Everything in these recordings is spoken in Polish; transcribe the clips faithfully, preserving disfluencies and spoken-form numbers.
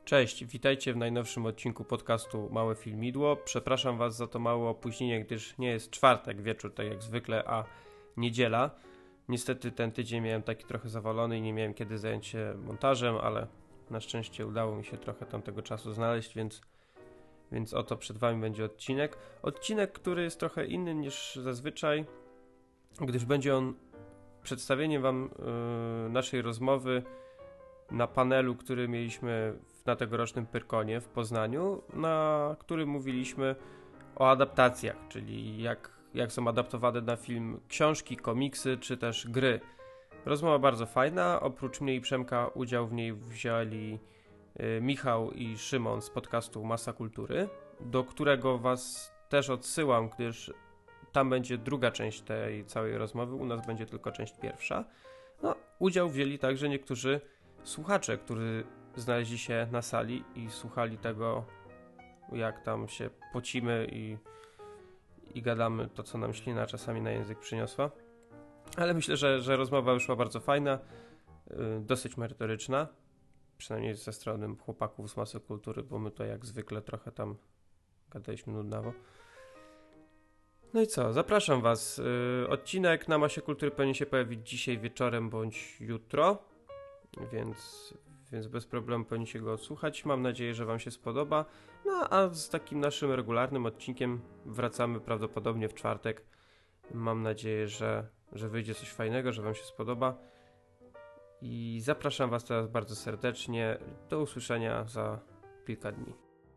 Cześć, witajcie w najnowszym odcinku podcastu Małe Filmidło. Przepraszam Was za to małe opóźnienie, gdyż nie jest czwartek wieczór, tak jak zwykle, a niedziela. Niestety ten tydzień miałem taki trochę zawalony i nie miałem kiedy zająć się montażem, ale na szczęście udało mi się trochę tamtego czasu znaleźć, więc, więc oto przed Wami będzie odcinek. Odcinek, który jest trochę inny niż zazwyczaj, gdyż będzie on przedstawieniem Wam yy, naszej rozmowy na panelu, który mieliśmy na tegorocznym Pyrkonie w Poznaniu, na którym mówiliśmy o adaptacjach, czyli jak, jak są adaptowane na film książki, komiksy czy też gry. Rozmowa bardzo fajna, oprócz mnie i Przemka udział w niej wzięli y, Michał i Szymon z podcastu Masa Kultury, do którego Was też odsyłam, gdyż tam będzie druga część tej całej rozmowy, u nas będzie tylko część pierwsza. No, udział wzięli także niektórzy słuchacze, którzy znaleźli się na sali i słuchali tego, jak tam się pocimy i, i gadamy to, co nam ślina czasami na język przyniosła. Ale myślę, że, że rozmowa wyszła bardzo fajna, yy, dosyć merytoryczna, przynajmniej ze strony chłopaków z Masy Kultury, bo my to jak zwykle trochę tam gadaliśmy nudnawo. No i co, zapraszam Was. Yy, odcinek na Masie Kultury powinien się pojawić dzisiaj wieczorem bądź jutro, więc, więc bez problemu powinniście go odsłuchać. Mam nadzieję, że Wam się spodoba. No a z takim naszym regularnym odcinkiem wracamy prawdopodobnie w czwartek. Mam nadzieję, że, że wyjdzie coś fajnego, że Wam się spodoba. I zapraszam Was teraz bardzo serdecznie. Do usłyszenia za kilka dni.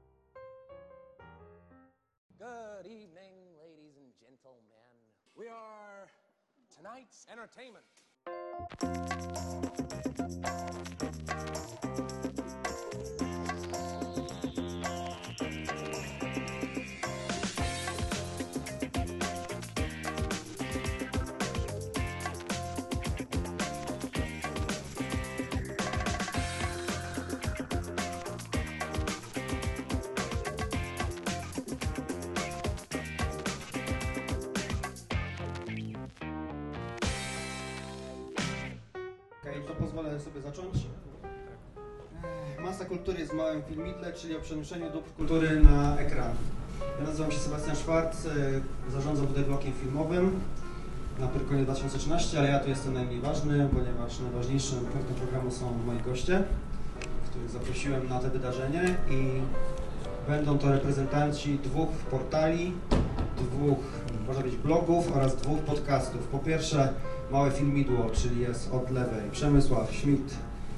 Good evening, ladies and gentlemen. We are tonight's entertainment. Okej, to pozwolę sobie zacząć. Masa Kultury jest w małym filmidle, czyli o przenoszeniu dóbr kultury na ekran. Ja nazywam się Sebastian Szwarc, zarządzam tutaj blokiem filmowym na Pyrkonie dwa tysiące trzynaście, ale ja tu jestem najmniej ważny, ponieważ najważniejszym punktem programu są moi goście, których zaprosiłem na to wydarzenie i będą to reprezentanci dwóch portali, dwóch, można powiedzieć, blogów oraz dwóch podcastów. Po pierwsze Małe Filmidło, czyli jest od lewej Przemysław Schmidt.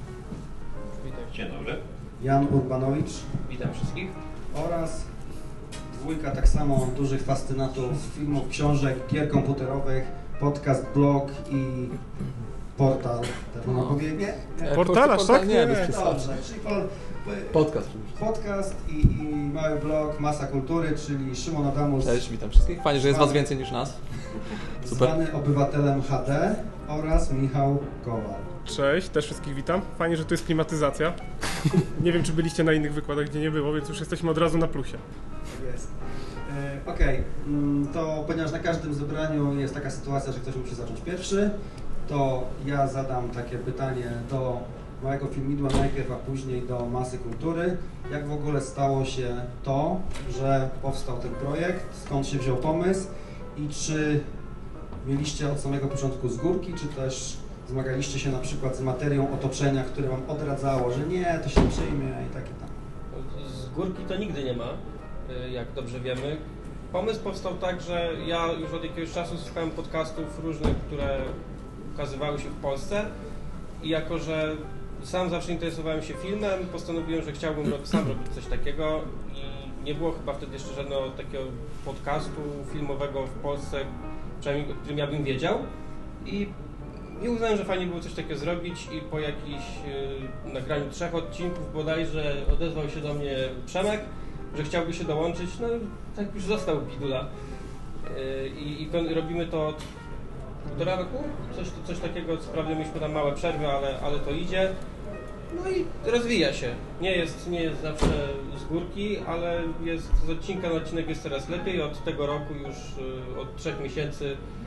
Dzień dobry. Jan Urbanowicz. Witam wszystkich. Oraz dwójka tak samo dużych fascynatów filmów, książek, gier komputerowych, podcast, blog i portal. Tak można powiedzieć? Portalarz, tak? Nie, nie, dobrze. Czyli po, Podcast. podcast i, i mały blog Masa Kultury, czyli Szymon Adamus. Cześć, witam wszystkich. Fajnie, że jest Was więcej niż nas. Super. Zwany obywatelem H D oraz Michał Kowal. Cześć, też wszystkich witam. Fajnie, że tu jest klimatyzacja. Nie wiem, czy byliście na innych wykładach, gdzie nie było, więc już jesteśmy od razu na plusie. Tak jest. E, Okej, okay. To ponieważ na każdym zebraniu jest taka sytuacja, że ktoś musi zacząć pierwszy, to ja zadam takie pytanie do Małego Filmidła najpierw, a później do Masy Kultury. Jak w ogóle stało się to, że powstał ten projekt, skąd się wziął pomysł i czy mieliście od samego początku z górki, czy też zmagaliście się na przykład z materią otoczenia, które Wam odradzało, że nie, to się przyjmie i tak i tak? Z górki to nigdy nie ma, jak dobrze wiemy. Pomysł powstał tak, że ja już od jakiegoś czasu słuchałem podcastów różnych, które ukazywały się w Polsce i jako, że sam zawsze interesowałem się filmem, postanowiłem, że chciałbym sam robić coś takiego i nie było chyba wtedy jeszcze żadnego takiego podcastu filmowego w Polsce, przynajmniej o którym ja bym wiedział. I, i uznałem, że fajnie było coś takiego zrobić i po jakichś y, nagraniu trzech odcinków bodajże odezwał się do mnie Przemek, że chciałby się dołączyć. No tak już został Bidula. Y, i, I robimy to od półtora roku, coś, coś takiego, co prawda mieliśmy tam małe przerwy, ale, ale to idzie. No i rozwija się. Nie jest, nie jest zawsze z górki, ale jest z odcinka na odcinek jest coraz lepiej. Od tego roku już, y, od trzech miesięcy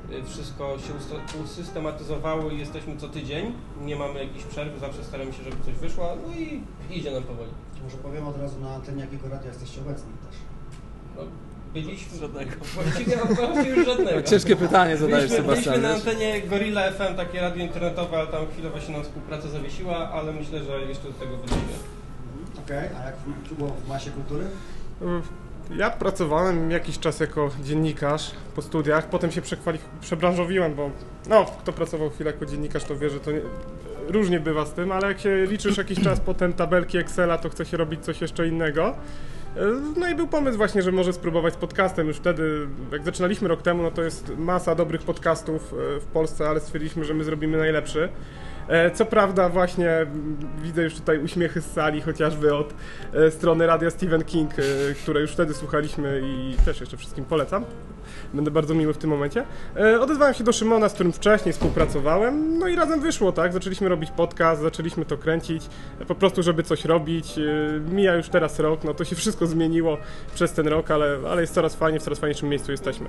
wszystko się usystematyzowało i jesteśmy co tydzień, nie mamy jakichś przerw, zawsze staramy się, żeby coś wyszło, no i idzie nam powoli. Może powiem od razu na antenie, jakiego radia jesteście obecni też. No, byliśmy... Żadnego. Właściwie, właściwie już żadnego. Ciężkie pytanie zadajesz, byliśmy, Sebastian. byliśmy na wiesz? antenie Gorilla F M, takie radio internetowe, ale tam chwilowo się nam współpraca zawiesiła, ale myślę, że jeszcze do tego wrócimy. Okej, okay. A jak w, było w masie kultury? Ja pracowałem jakiś czas jako dziennikarz po studiach, potem się przekwalif- przebranżowiłem, bo no, kto pracował chwilę jako dziennikarz, to wie, że to nie, różnie bywa z tym, ale jak się liczysz jakiś czas potem tabelki Excela, to chce się robić coś jeszcze innego. No i był pomysł właśnie, że może spróbować z podcastem. Już wtedy, jak zaczynaliśmy rok temu, no to jest masa dobrych podcastów w Polsce, ale stwierdziliśmy, że my zrobimy najlepszy. Co prawda właśnie widzę już tutaj uśmiechy z sali, chociażby od strony radia Stephen King, które już wtedy słuchaliśmy i też jeszcze wszystkim polecam. Będę bardzo miły w tym momencie. Odezwałem się do Szymona, z którym wcześniej współpracowałem, no i razem wyszło, tak? Zaczęliśmy robić podcast, zaczęliśmy to kręcić, po prostu żeby coś robić. Mija już teraz rok, no to się wszystko zmieniło przez ten rok, ale, ale jest coraz fajniej, w coraz fajniejszym miejscu jesteśmy.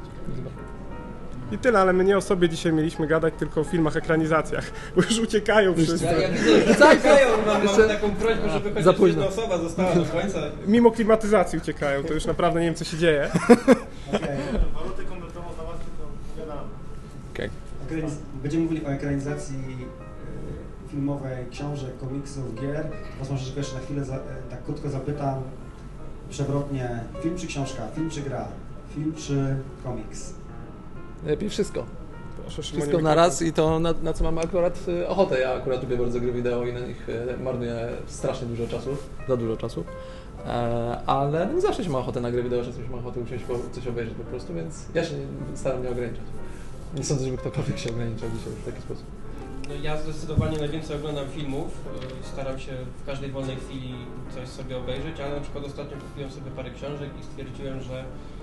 I tyle, ale my nie o sobie dzisiaj mieliśmy gadać, tylko o filmach, ekranizacjach, bo już uciekają wszyscy. Ja, ja widzę, że uciekają, mam, mam taką prośbę, żeby chociaż jedna osoba została do końca. Mimo klimatyzacji uciekają, to już naprawdę nie wiem, co się dzieje. Okay. Walutę konwertową za was, tylko pogadamy. Okay. Ekraniz- Będziemy mówili o ekranizacji y, filmowej, książek, komiksów, gier. Was może tylko jeszcze na chwilę, za, y, tak krótko zapytam, przewrotnie, film czy książka, film czy gra, film czy komiks? Lepiej wszystko. Proszę, Wszystko Szymonie, na raz i to na, na co mamy akurat y, ochotę. Ja akurat lubię bardzo gry wideo i na nich y, marnuję strasznie dużo czasu, za dużo czasu. E, ale no, zawsze się ma ochotę na gry wideo, czasem się ma ochotę usiąść, po, coś obejrzeć po prostu, więc ja się nie, staram nie ograniczać. Nie sądzę, żeby ktokolwiek się ograniczał dzisiaj w taki sposób. No, ja zdecydowanie najwięcej oglądam filmów, staram się w każdej wolnej chwili coś sobie obejrzeć, ale na przykład ostatnio kupiłem sobie parę książek i stwierdziłem, że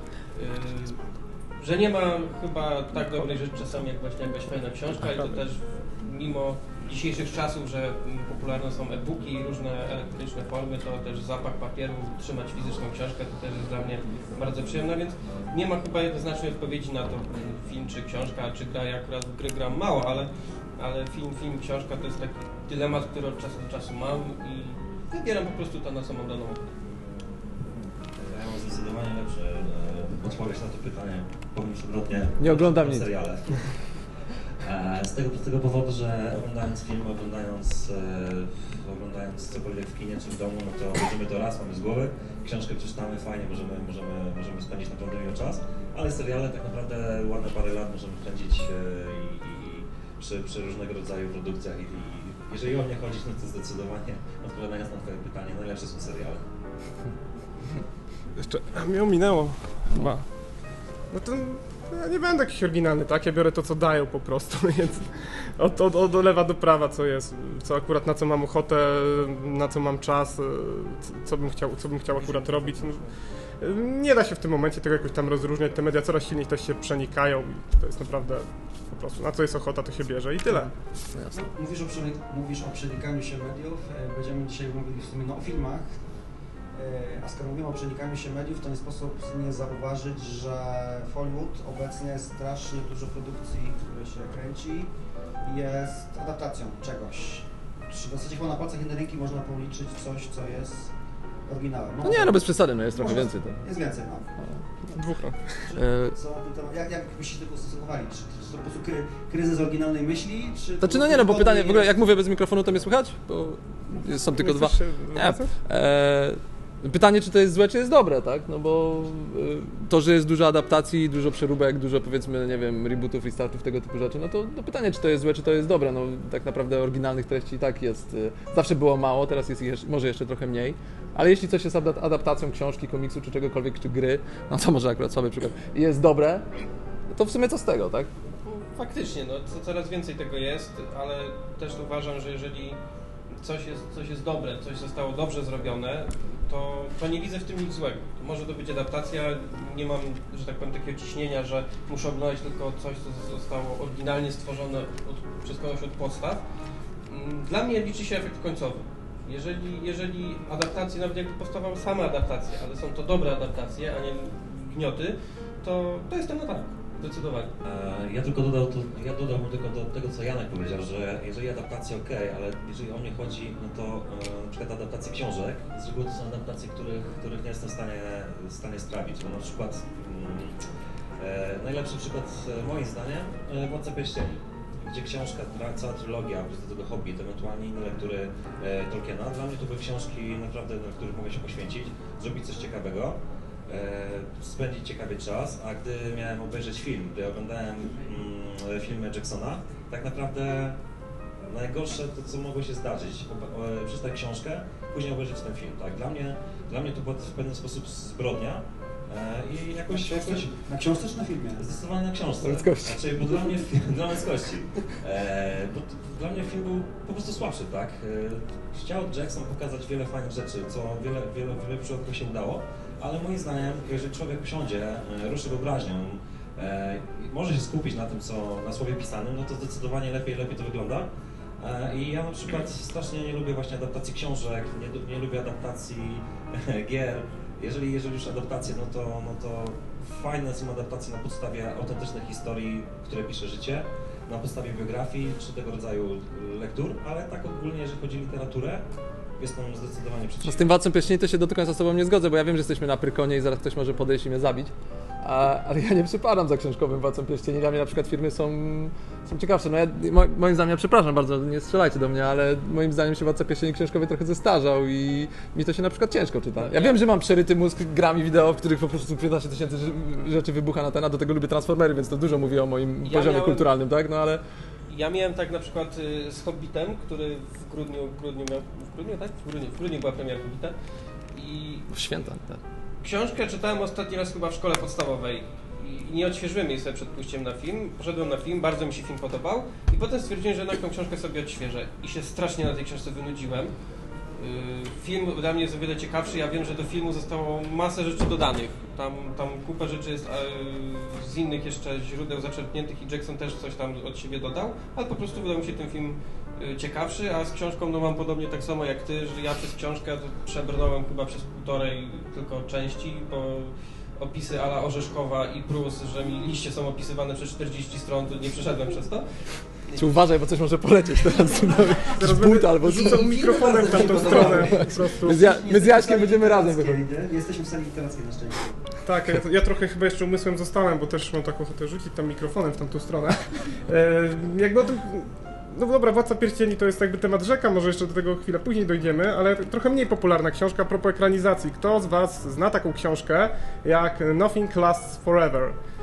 yy, że nie ma chyba tak dobrej rzeczy czasami jak właśnie jakaś fajna książka i to też mimo dzisiejszych czasów, że popularne są e-booki i różne elektroniczne formy, to też zapach papieru, trzymać fizyczną książkę to też jest dla mnie bardzo przyjemne, więc nie ma chyba jednoznacznej odpowiedzi na to film czy książka, czy gra. Ja akurat w gry gram mało, ale, ale film, film, książka to jest taki dylemat, który od czasu do czasu mam i wybieram po prostu to, na co mam daną ochotę. Ja mam zdecydowanie lepsze e, odpowiedź na to pytanie, powiem przewrotnie. Nie oglądam nic. Seriale. E, z tego prostego powodu, że oglądając film, oglądając, e, oglądając cokolwiek w kinie czy w domu, no to widzimy to raz, mamy z głowy, książkę przeczytamy, fajnie, możemy, możemy, możemy spędzić naprawdę miło czas, ale seriale tak naprawdę ładne parę lat możemy spędzić e, i, i przy, przy różnego rodzaju produkcjach i, i jeżeli o mnie chodzi, no to zdecydowanie odpowiadając na twoje pytanie, najlepsze są seriale. Jeszcze mnie ominęło chyba. No to ja nie będę jakiś oryginalny, tak? Ja biorę to, co dają po prostu, więc od, od, od lewa do prawa co jest, co akurat na co mam ochotę, na co mam czas, co bym chciał, co bym chciał akurat robić. Nie da się w tym momencie tego jakoś tam rozróżniać, te media coraz silniej też się przenikają i to jest naprawdę po prostu, na co jest ochota, to się bierze i tyle. No, mówisz, o przenik- mówisz o przenikaniu się mediów, będziemy dzisiaj mówili w sumie no, o filmach. A skoro mówimy o przenikaniu się mediów, to nie sposób nie zauważyć, że w Hollywood obecnie strasznie dużo produkcji, które się kręci, jest adaptacją czegoś. Czy w zasadzie chyba na palcach jednej ręki można policzyć coś, co jest oryginałem? No nie, no bez przesady, no jest trochę więcej. To. Jest więcej, no. Dwóch no. Co na ten temat, jak, jak byście tego stosowali? Czy, czy to po prostu kry, kryzys oryginalnej myśli? Czy Znaczy no nie, no bo pytanie, w ogóle jak mówię bez mikrofonu, to mnie słychać? Bo są tylko dwa. Nie. E, Pytanie, czy to jest złe, czy jest dobre, tak? No bo to, że jest dużo adaptacji, dużo przeróbek, dużo powiedzmy, nie wiem, rebootów, restartów, tego typu rzeczy, no to no pytanie, czy to jest złe, czy to jest dobre. No tak naprawdę oryginalnych treści i tak jest, zawsze było mało, teraz jest ich jeszcze, może jeszcze trochę mniej, ale jeśli coś jest adaptacją książki, komiksu, czy czegokolwiek, czy gry, no to może akurat słaby przykład, i jest dobre, to w sumie co z tego, tak? Faktycznie, no co, coraz więcej tego jest, ale też uważam, że jeżeli coś jest, coś jest dobre, coś zostało dobrze zrobione, to, to nie widzę w tym nic złego. Może to być adaptacja, nie mam, że tak powiem, takiego ciśnienia, że muszę oglądać tylko coś, co zostało oryginalnie stworzone od, przez kogoś od podstaw. Dla mnie liczy się efekt końcowy. Jeżeli, jeżeli adaptacje, nawet jakby powstawały same adaptacje, ale są to dobre adaptacje, a nie gnioty, to, to jestem na tak. Zdecydowanie. E, ja tylko dodał, to, ja dodałbym tylko do tego, co Janek powiedział, że jeżeli adaptacje ok, ale jeżeli o mnie chodzi, no to e, na przykład adaptacje książek, z reguły to są adaptacje, których, których nie jestem w stanie, w stanie sprawić, bo na przykład mm, e, najlepszy przykład e, moim zdaniem e, Władca Pierścieni, gdzie książka, cała trylogia, do tego Hobbit, ewentualnie inne lektury e, Tolkiena, dla mnie to były książki naprawdę, na których mogę się poświęcić, zrobić coś ciekawego, e, spędzić ciekawy czas, a gdy miałem obejrzeć film, gdy oglądałem mm, filmy Jacksona, tak naprawdę najgorsze to, co mogło się zdarzyć, o, o, przeczytać książkę, później obejrzeć ten film, tak? Dla mnie, dla mnie to była w pewien sposób zbrodnia. I jakoś, na, książce, jakoś... na książce czy na filmie? Zdecydowanie na książce. Dla kości. Znaczy, bo dla mnie, dla mnie z kości. E, bo dla mnie film był po prostu słabszy, tak? E, chciał Jackson pokazać wiele fajnych rzeczy, co wiele, wiele, wiele przypadków się udało, ale moim zdaniem, jeżeli człowiek usiądzie, e, ruszy wyobraźnią, e, może się skupić na tym, co na słowie pisanym, no to zdecydowanie lepiej, lepiej to wygląda. E, I ja na przykład strasznie nie lubię właśnie adaptacji książek, nie, nie lubię adaptacji gier. Jeżeli, jeżeli już adaptacje, no to, no to fajne są adaptacje na podstawie autentycznych historii, które pisze życie, na podstawie biografii czy tego rodzaju lektur, ale tak ogólnie, jeżeli chodzi o literaturę, jestem zdecydowanie przeciwny. No z tym Władcą Pierścieni to się do końca z tobą nie zgodzę, bo ja wiem, że jesteśmy na Prykonie i zaraz ktoś może podejść i mnie zabić. A, ale ja nie przypadam za książkowym Władcą Pierścieni. Dla mnie na przykład filmy są, są ciekawsze. No ja, mo, moim zdaniem, ja przepraszam bardzo, nie strzelajcie do mnie, ale moim zdaniem się Władca Pierścieni książkowy trochę zestarzał i mi to się na przykład ciężko czyta. Ja wiem, że mam przeryty mózg grami wideo, w których po prostu piętnaście tysięcy rzeczy wybucha na ten, a do tego lubię Transformery, więc to dużo mówi o moim ja poziomie miałem... kulturalnym, tak? No ale... Ja miałem tak na przykład y, z Hobbitem, który w grudniu, w grudniu miał, w grudniu, tak? W grudniu, w grudniu była premiera Hobbita i... W święta, tak. Książkę czytałem ostatni raz chyba w szkole podstawowej i nie odświeżyłem jej sobie przed pójściem na film. Poszedłem na film, bardzo mi się film podobał i potem stwierdziłem, że jednak tą książkę sobie odświeżę i się strasznie na tej książce wynudziłem. Film dla mnie jest o wiele ciekawszy, ja wiem, że do filmu zostało masę rzeczy dodanych. Tam, tam kupę rzeczy jest z innych jeszcze źródeł zaczerpniętych i Jackson też coś tam od siebie dodał, ale po prostu wydał mi się ten film ciekawszy, a z książką no mam podobnie tak samo jak ty, że ja przez książkę przebrnąłem chyba przez półtorej tylko części, bo opisy a la Orzeszkowa i Prus, że mi liście są opisywane przez czterdzieści stron, to nie przeszedłem przez to. Czy uważaj, bo coś może polecieć teraz. Teraz but albo rzucą mikrofonem w tamtą stronę. Po prostu. My z, ja, my z Jaśkiem będziemy razem wychodzić. Nie? Jesteśmy w sali literackiej na szczęście. Tak, ja, ja trochę chyba jeszcze umysłem zostałem, bo też mam taką ochotę rzucić tam mikrofonem w tamtą stronę. E, jakby o tym... No dobra, Władca Pierścieni to jest jakby temat rzeka, może jeszcze do tego chwilę później dojdziemy, ale trochę mniej popularna książka a propos ekranizacji. Kto z was zna taką książkę jak Nothing Lasts Forever?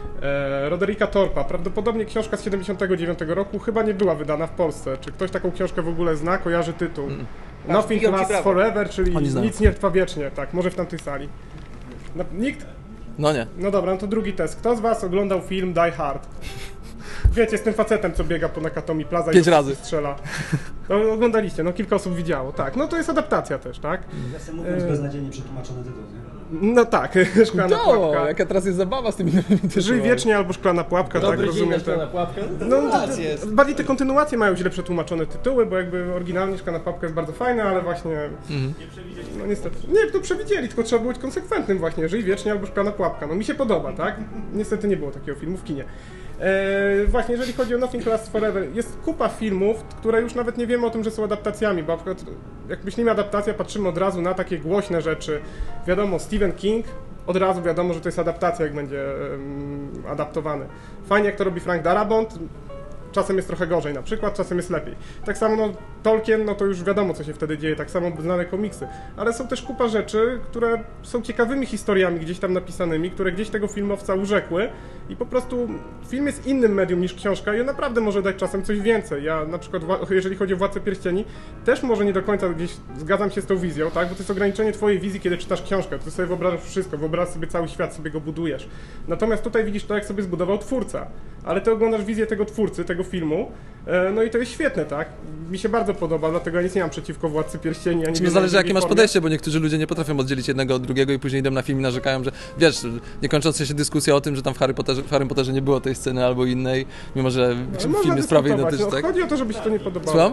E, Rodericka Thorpa. Prawdopodobnie książka z siedemdziesiątego dziewiątego roku chyba nie była wydana w Polsce. Czy ktoś taką książkę w ogóle zna, kojarzy tytuł? Mm. Nothing Lasts Forever, czyli nic nie trwa wiecznie, tak, może w tamtej sali. No, nikt? No nie. No dobra, no to drugi test. Kto z was oglądał film Die Hard? Wiecie, z tym facetem, co biega po Nakatomi Plaza Pięć i razy strzela. No, oglądaliście, no kilka osób widziało, tak. No to jest adaptacja też, tak? Ja sam mówiąc, e... beznadziejnie przetłumaczony tytuł, nie? No tak, Szklana no, Pułapka. jaka teraz jest zabawa z tymi nowymi tytułami. Żyj wiecznie albo Szklana Pułapka, Dobry tak, rozumiem. Szklana Pułapka? No, to, bardziej te kontynuacje mają źle przetłumaczone tytuły, bo jakby oryginalnie Szklana Pułapka jest bardzo fajna, ale właśnie... Mhm. Nie przewidzieli. No niestety. Nie, to przewidzieli, tylko trzeba być konsekwentnym właśnie. Żyj wiecznie albo Szklana Pułapka. No mi się podoba, tak? Niestety nie było takiego filmu w kinie. Eee, właśnie, jeżeli chodzi o Nothing Lasts Forever, jest kupa filmów, które już nawet nie wiemy o tym, że są adaptacjami, bo na przykład jak myślimy adaptacja, patrzymy od razu na takie głośne rzeczy. Wiadomo, Stephen King, od razu wiadomo, że to jest adaptacja, jak będzie um, adaptowany. Fajnie, jak to robi Frank Darabont. Czasem jest trochę gorzej na przykład, czasem jest lepiej. Tak samo no, Tolkien, no to już wiadomo, co się wtedy dzieje, tak samo znane komiksy. Ale są też kupa rzeczy, które są ciekawymi historiami gdzieś tam napisanymi, które gdzieś tego filmowca urzekły i po prostu film jest innym medium niż książka i on naprawdę może dać czasem coś więcej. Ja na przykład, jeżeli chodzi o Władcę Pierścieni, też może nie do końca gdzieś zgadzam się z tą wizją, tak? Bo to jest ograniczenie twojej wizji, kiedy czytasz książkę. Ty sobie wyobrażasz wszystko, wyobrażasz sobie cały świat, sobie go budujesz. Natomiast tutaj widzisz to, jak sobie zbudował twórca. Ale ty oglądasz wizję tego twórcy, tego filmu, no i to jest świetne, tak? Mi się bardzo podoba, dlatego ja nic nie mam przeciwko Władcy Pierścieni. Ja nie wiem, zależy jakie masz podejście, bo niektórzy ludzie nie potrafią oddzielić jednego od drugiego i później idą na film i narzekają, że wiesz, niekończąca się dyskusja o tym, że tam w Harry Potterze, w Harry Potterze nie było tej sceny albo innej, mimo że no, film jest prawie identyczny, no, tak? Chodzi o to, żeby się to nie podobało. Słucham?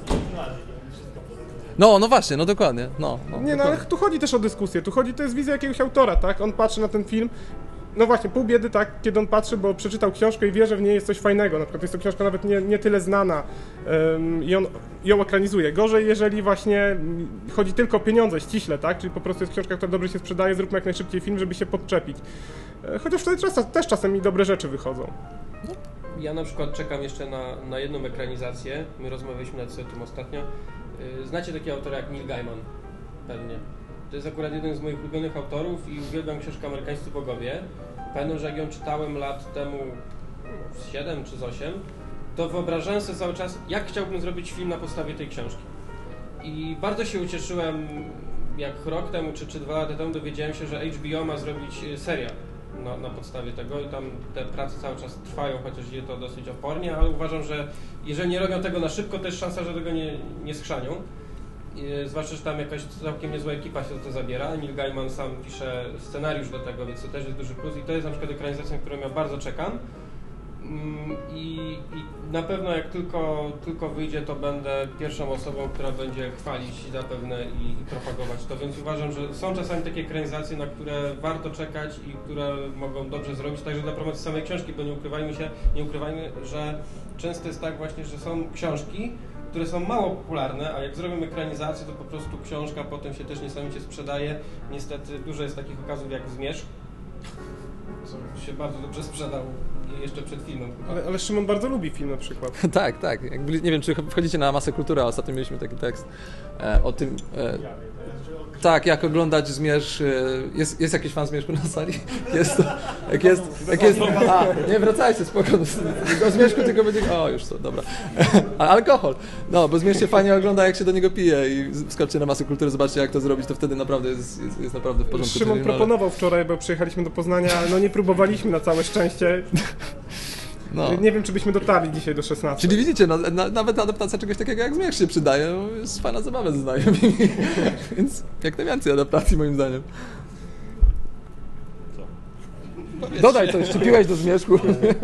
No, no właśnie, no dokładnie. No, no, nie, no ale tu chodzi też o dyskusję, tu chodzi, to jest wizja jakiegoś autora, tak? On patrzy na ten film, no właśnie, pół biedy, tak, kiedy on patrzy, bo przeczytał książkę i wie, że w niej jest coś fajnego. Na przykład jest to książka nawet nie, nie tyle znana um, i on ją ekranizuje. Gorzej, jeżeli właśnie chodzi tylko o pieniądze, ściśle, tak, czyli po prostu jest książka, która dobrze się sprzedaje, zróbmy jak najszybciej film, żeby się podczepić. Chociaż wtedy czas, też czasem i dobre rzeczy wychodzą. Ja na przykład czekam jeszcze na, na jedną ekranizację. My rozmawialiśmy nad tym ostatnio. Znacie takiego autora jak Neil Gaiman? Pewnie. To jest akurat jeden z moich ulubionych autorów i uwielbiam książkę Amerykańscy Bogowie. Pamiętam, że jak ją czytałem lat temu z siedem czy z osiem, to wyobrażałem sobie cały czas, jak chciałbym zrobić film na podstawie tej książki. I bardzo się ucieszyłem, jak rok temu czy, czy dwa lata temu dowiedziałem się, że H B O ma zrobić serial na, na podstawie tego i tam te prace cały czas trwają, chociaż idzie to dosyć opornie, ale uważam, że jeżeli nie robią tego na szybko, to jest szansa, że tego nie, nie schrzanią. I, zwłaszcza, że tam jakaś całkiem niezła ekipa się za to zabiera. Neil Gaiman sam pisze scenariusz do tego, więc to też jest duży plus i to jest na przykład ekranizacja, na którą ja bardzo czekam. I, i na pewno jak tylko, tylko wyjdzie, to będę pierwszą osobą, która będzie chwalić zapewne i, i propagować to, więc uważam, że są czasami takie ekranizacje, na które warto czekać i które mogą dobrze zrobić, także dla promocji samej książki, bo nie ukrywajmy się, nie ukrywajmy, że często jest tak właśnie, że są książki, które są mało popularne, a jak zrobią ekranizację, to po prostu książka potem się też niesamowicie sprzedaje. Niestety dużo jest takich okazów jak Zmierzch, co się bardzo dobrze sprzedał jeszcze przed filmem. Ale, ale Szymon bardzo lubi film na przykład. tak, tak. Jak byli, nie wiem, czy wchodzicie na Masę Kultury, a ostatnio mieliśmy taki tekst e, o tym... E, tak, jak oglądać Zmierzch. Jest, jest jakiś fan Zmierzchu na sali? Jest to, jak jest, jak jest, a, nie wracajcie, spoko, o Zmierzchu tylko będzie, o już co, dobra. A alkohol, no, bo Zmierzch się fajnie ogląda, jak się do niego pije i wskoczcie na Masę Kultury, zobaczcie jak to zrobić, to wtedy naprawdę jest, jest, jest naprawdę w porządku. Szymon proponował wczoraj, bo przyjechaliśmy do Poznania, ale no nie próbowaliśmy na całe szczęście. No. Nie wiem, czy byśmy dotarli dzisiaj do szesnastki. Czyli widzicie, no, na, nawet adaptacja czegoś takiego jak Zmierzch się przydaje, no, jest fajna zabawa ze znajomymi, więc jak najwięcej adaptacji moim zdaniem. Co? Dodaj coś, czy piłeś do Zmierzchu?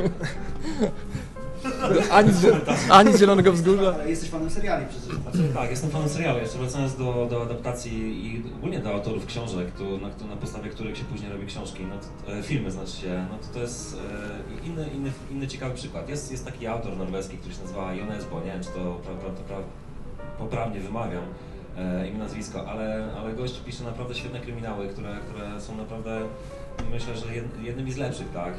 Ani, z, ani z Zielonego Wzgórza. Ale jesteś fanem seriali przecież. Znaczy, tak, jestem fanem serialu. Jeszcze wracając do, do adaptacji i ogólnie do autorów książek, to, na, to, na podstawie których się później robi książki, no to, e, filmy znaczy się, no to, to jest e, inny, inny, inny ciekawy przykład. Jest, jest taki autor norweski, który się nazywa Jon Esbo, nie wiem czy to, pra, pra, to pra, poprawnie wymawiam e, imię, nazwisko, ale, ale gość pisze naprawdę świetne kryminały, które, które są naprawdę, myślę, że jednymi z lepszych, tak?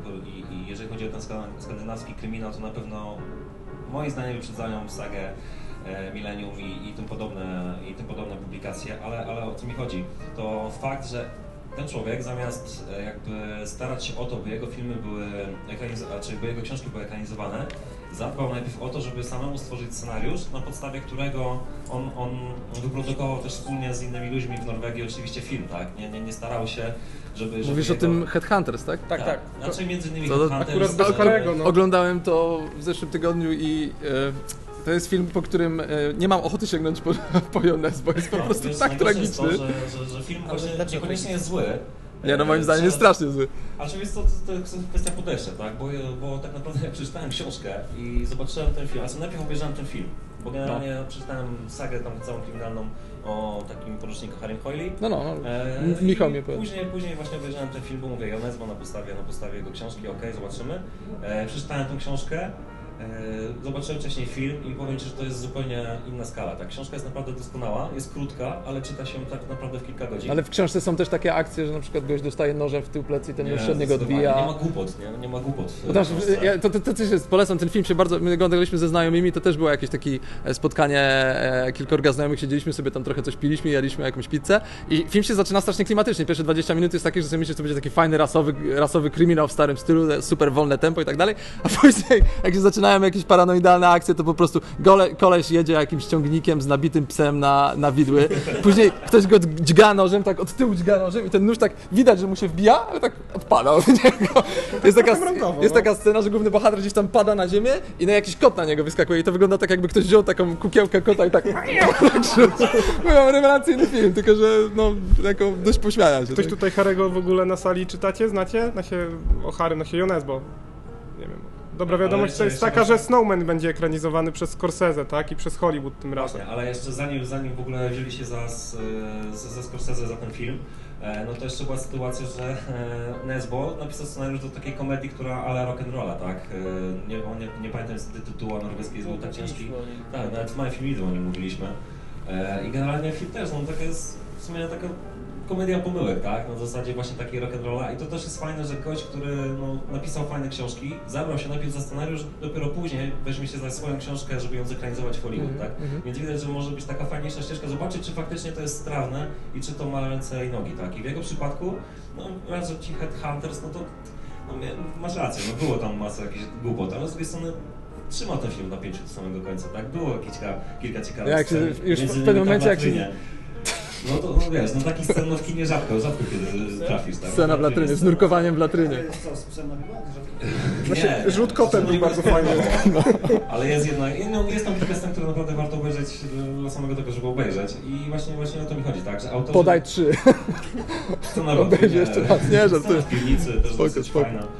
I, i jeżeli chodzi o ten skandynawski kryminał, to na pewno moim zdaniem wyprzedzają sagę e, Millennium i, i, tym podobne, i tym podobne publikacje, ale, ale o co mi chodzi? To fakt, że ten człowiek zamiast e, jakby starać się o to, by jego filmy były ekranizowane, czy by jego książki były ekranizowane, zadbał najpierw o to, żeby samemu stworzyć scenariusz, na podstawie którego on, on wyprodukował też wspólnie z innymi ludźmi w Norwegii oczywiście film, tak? Nie, nie, nie starał się, żeby... żeby Mówisz jego... o tym Headhunters, tak? Tak, tak. Znaczy między innymi to, Headhunters... Akurat bez Karego, no. Oglądałem to w zeszłym tygodniu i... E, to jest film, po którym e, nie mam ochoty sięgnąć po, po Jones, bo jest po prostu wiesz, tak tragiczny. Jest to, że, że, że film właśnie niekoniecznie jest zły. Nie, no moim zdaniem jest strasznie zły. Ale jest to, to jest kwestia podejścia, tak? Bo, bo tak naprawdę jak przeczytałem książkę i zobaczyłem ten film, a co najpierw obejrzałem ten film, bo generalnie no. przeczytałem sagę tam całą kryminalną o takim poruczniku Harrym Hoyley. No, no, no. E, Michał mnie powiedział. Później, później właśnie obejrzałem ten film, bo mówię, Jones, bo na podstawie, na podstawie jego książki, okej, okay, zobaczymy. E, przeczytałem tę książkę. Zobaczyłem wcześniej film i powiem Ci, że to jest zupełnie inna skala. Ta książka jest naprawdę doskonała, jest krótka, ale czyta się tak naprawdę w kilka godzin. Ale w książce są też takie akcje, że na przykład gość dostaje nożem w tył plecy i ten nóż się od niego odbija. Nie ma głupot, nie, nie ma głupot. Znaczy, ja, to, to, to też jest, polecam ten film, się bardzo, my oglądaliśmy ze znajomymi, to też było jakieś takie spotkanie, e, kilkorga znajomych, siedzieliśmy sobie tam trochę coś piliśmy, jadliśmy jakąś pizzę i film się zaczyna strasznie klimatycznie. Pierwsze dwadzieścia minut jest takie, że sobie myślisz, że to będzie taki fajny rasowy, rasowy kryminał w starym stylu, super wolne tempo i tak dalej, a później jak się zaczynają jakieś paranoidalne akcje, to po prostu gole, koleś jedzie jakimś ciągnikiem z nabitym psem na, na widły, później ktoś go dźga nożem, tak od tyłu dźga nożem i ten nóż tak widać, że mu się wbija, ale tak odpada od niego. Jest taka, jest taka scena, że główny bohater gdzieś tam pada na ziemię i na jakiś kot na niego wyskakuje i to wygląda tak, jakby ktoś wziął taką kukiełkę kota i tak mówią rewelacyjny film, tylko że no, jako dość pośmiania się. Ktoś tak? tutaj Harego w ogóle na sali czytacie, znacie? Na się, o Harrym, na się Jones, bo nie wiem. Dobra wiadomość jeszcze- to jest jeszcze taka, właśnie- że Snowman będzie ekranizowany przez Scorsese, tak? I przez Hollywood tym razem. Właśnie, ale jeszcze zanim, zanim w ogóle wzięli się za, z, z, za Scorsese za ten film, e, no to jeszcze była sytuacja, że e, Nesbo napisał scenariusz do takiej komedii, która ale rock'n'rolla, tak? E, nie, nie, nie pamiętam niestety tytułu angielskiego, był tak ciężki. Tak, nawet w małym filmie o nim mówiliśmy. E, I generalnie film też, no taka jest w sumie taka komedia pomyłek, tak? Na zasadzie właśnie takiej rock'n'rolla i to też jest fajne, że gość, który no, napisał fajne książki, zabrał się najpierw za scenariusz, dopiero później weźmie się za swoją książkę, żeby ją zekranizować w Hollywood, Mhm, tak? mhm. Więc widać, że może być taka fajniejsza ścieżka, zobaczyć, czy faktycznie to jest strawne i czy to ma ręce i nogi, tak? I w jego przypadku, no raz, że ci Headhunters, no to no, masz rację, no było tam masa jakichś głupot, ale z drugiej strony trzyma ten film na pięciu do samego końca, tak? Było kilka, kilka ciekawych Jak się, scen, już między w innymi pewnym tam momencie, jak latrynie. się... No to no wiesz, no taki scen no w kinie rzadko, rzadko kiedy trafisz, tak? Scena w latrynie, z nurkowaniem w latrynie. Co, z psem na bilet? Nie, Rzut kotem był bardzo fajny. ale jest jednak, no, jest tam kilka scen, które naprawdę warto obejrzeć dla samego tego, żeby obejrzeć i właśnie, właśnie o to mi chodzi, tak, że autorzy... Podaj trzy. Scena w Obejrz latrynie, jeszcze raz, nie, żartuję. scena w piwnicy też Spoko, dosyć spoko. fajna.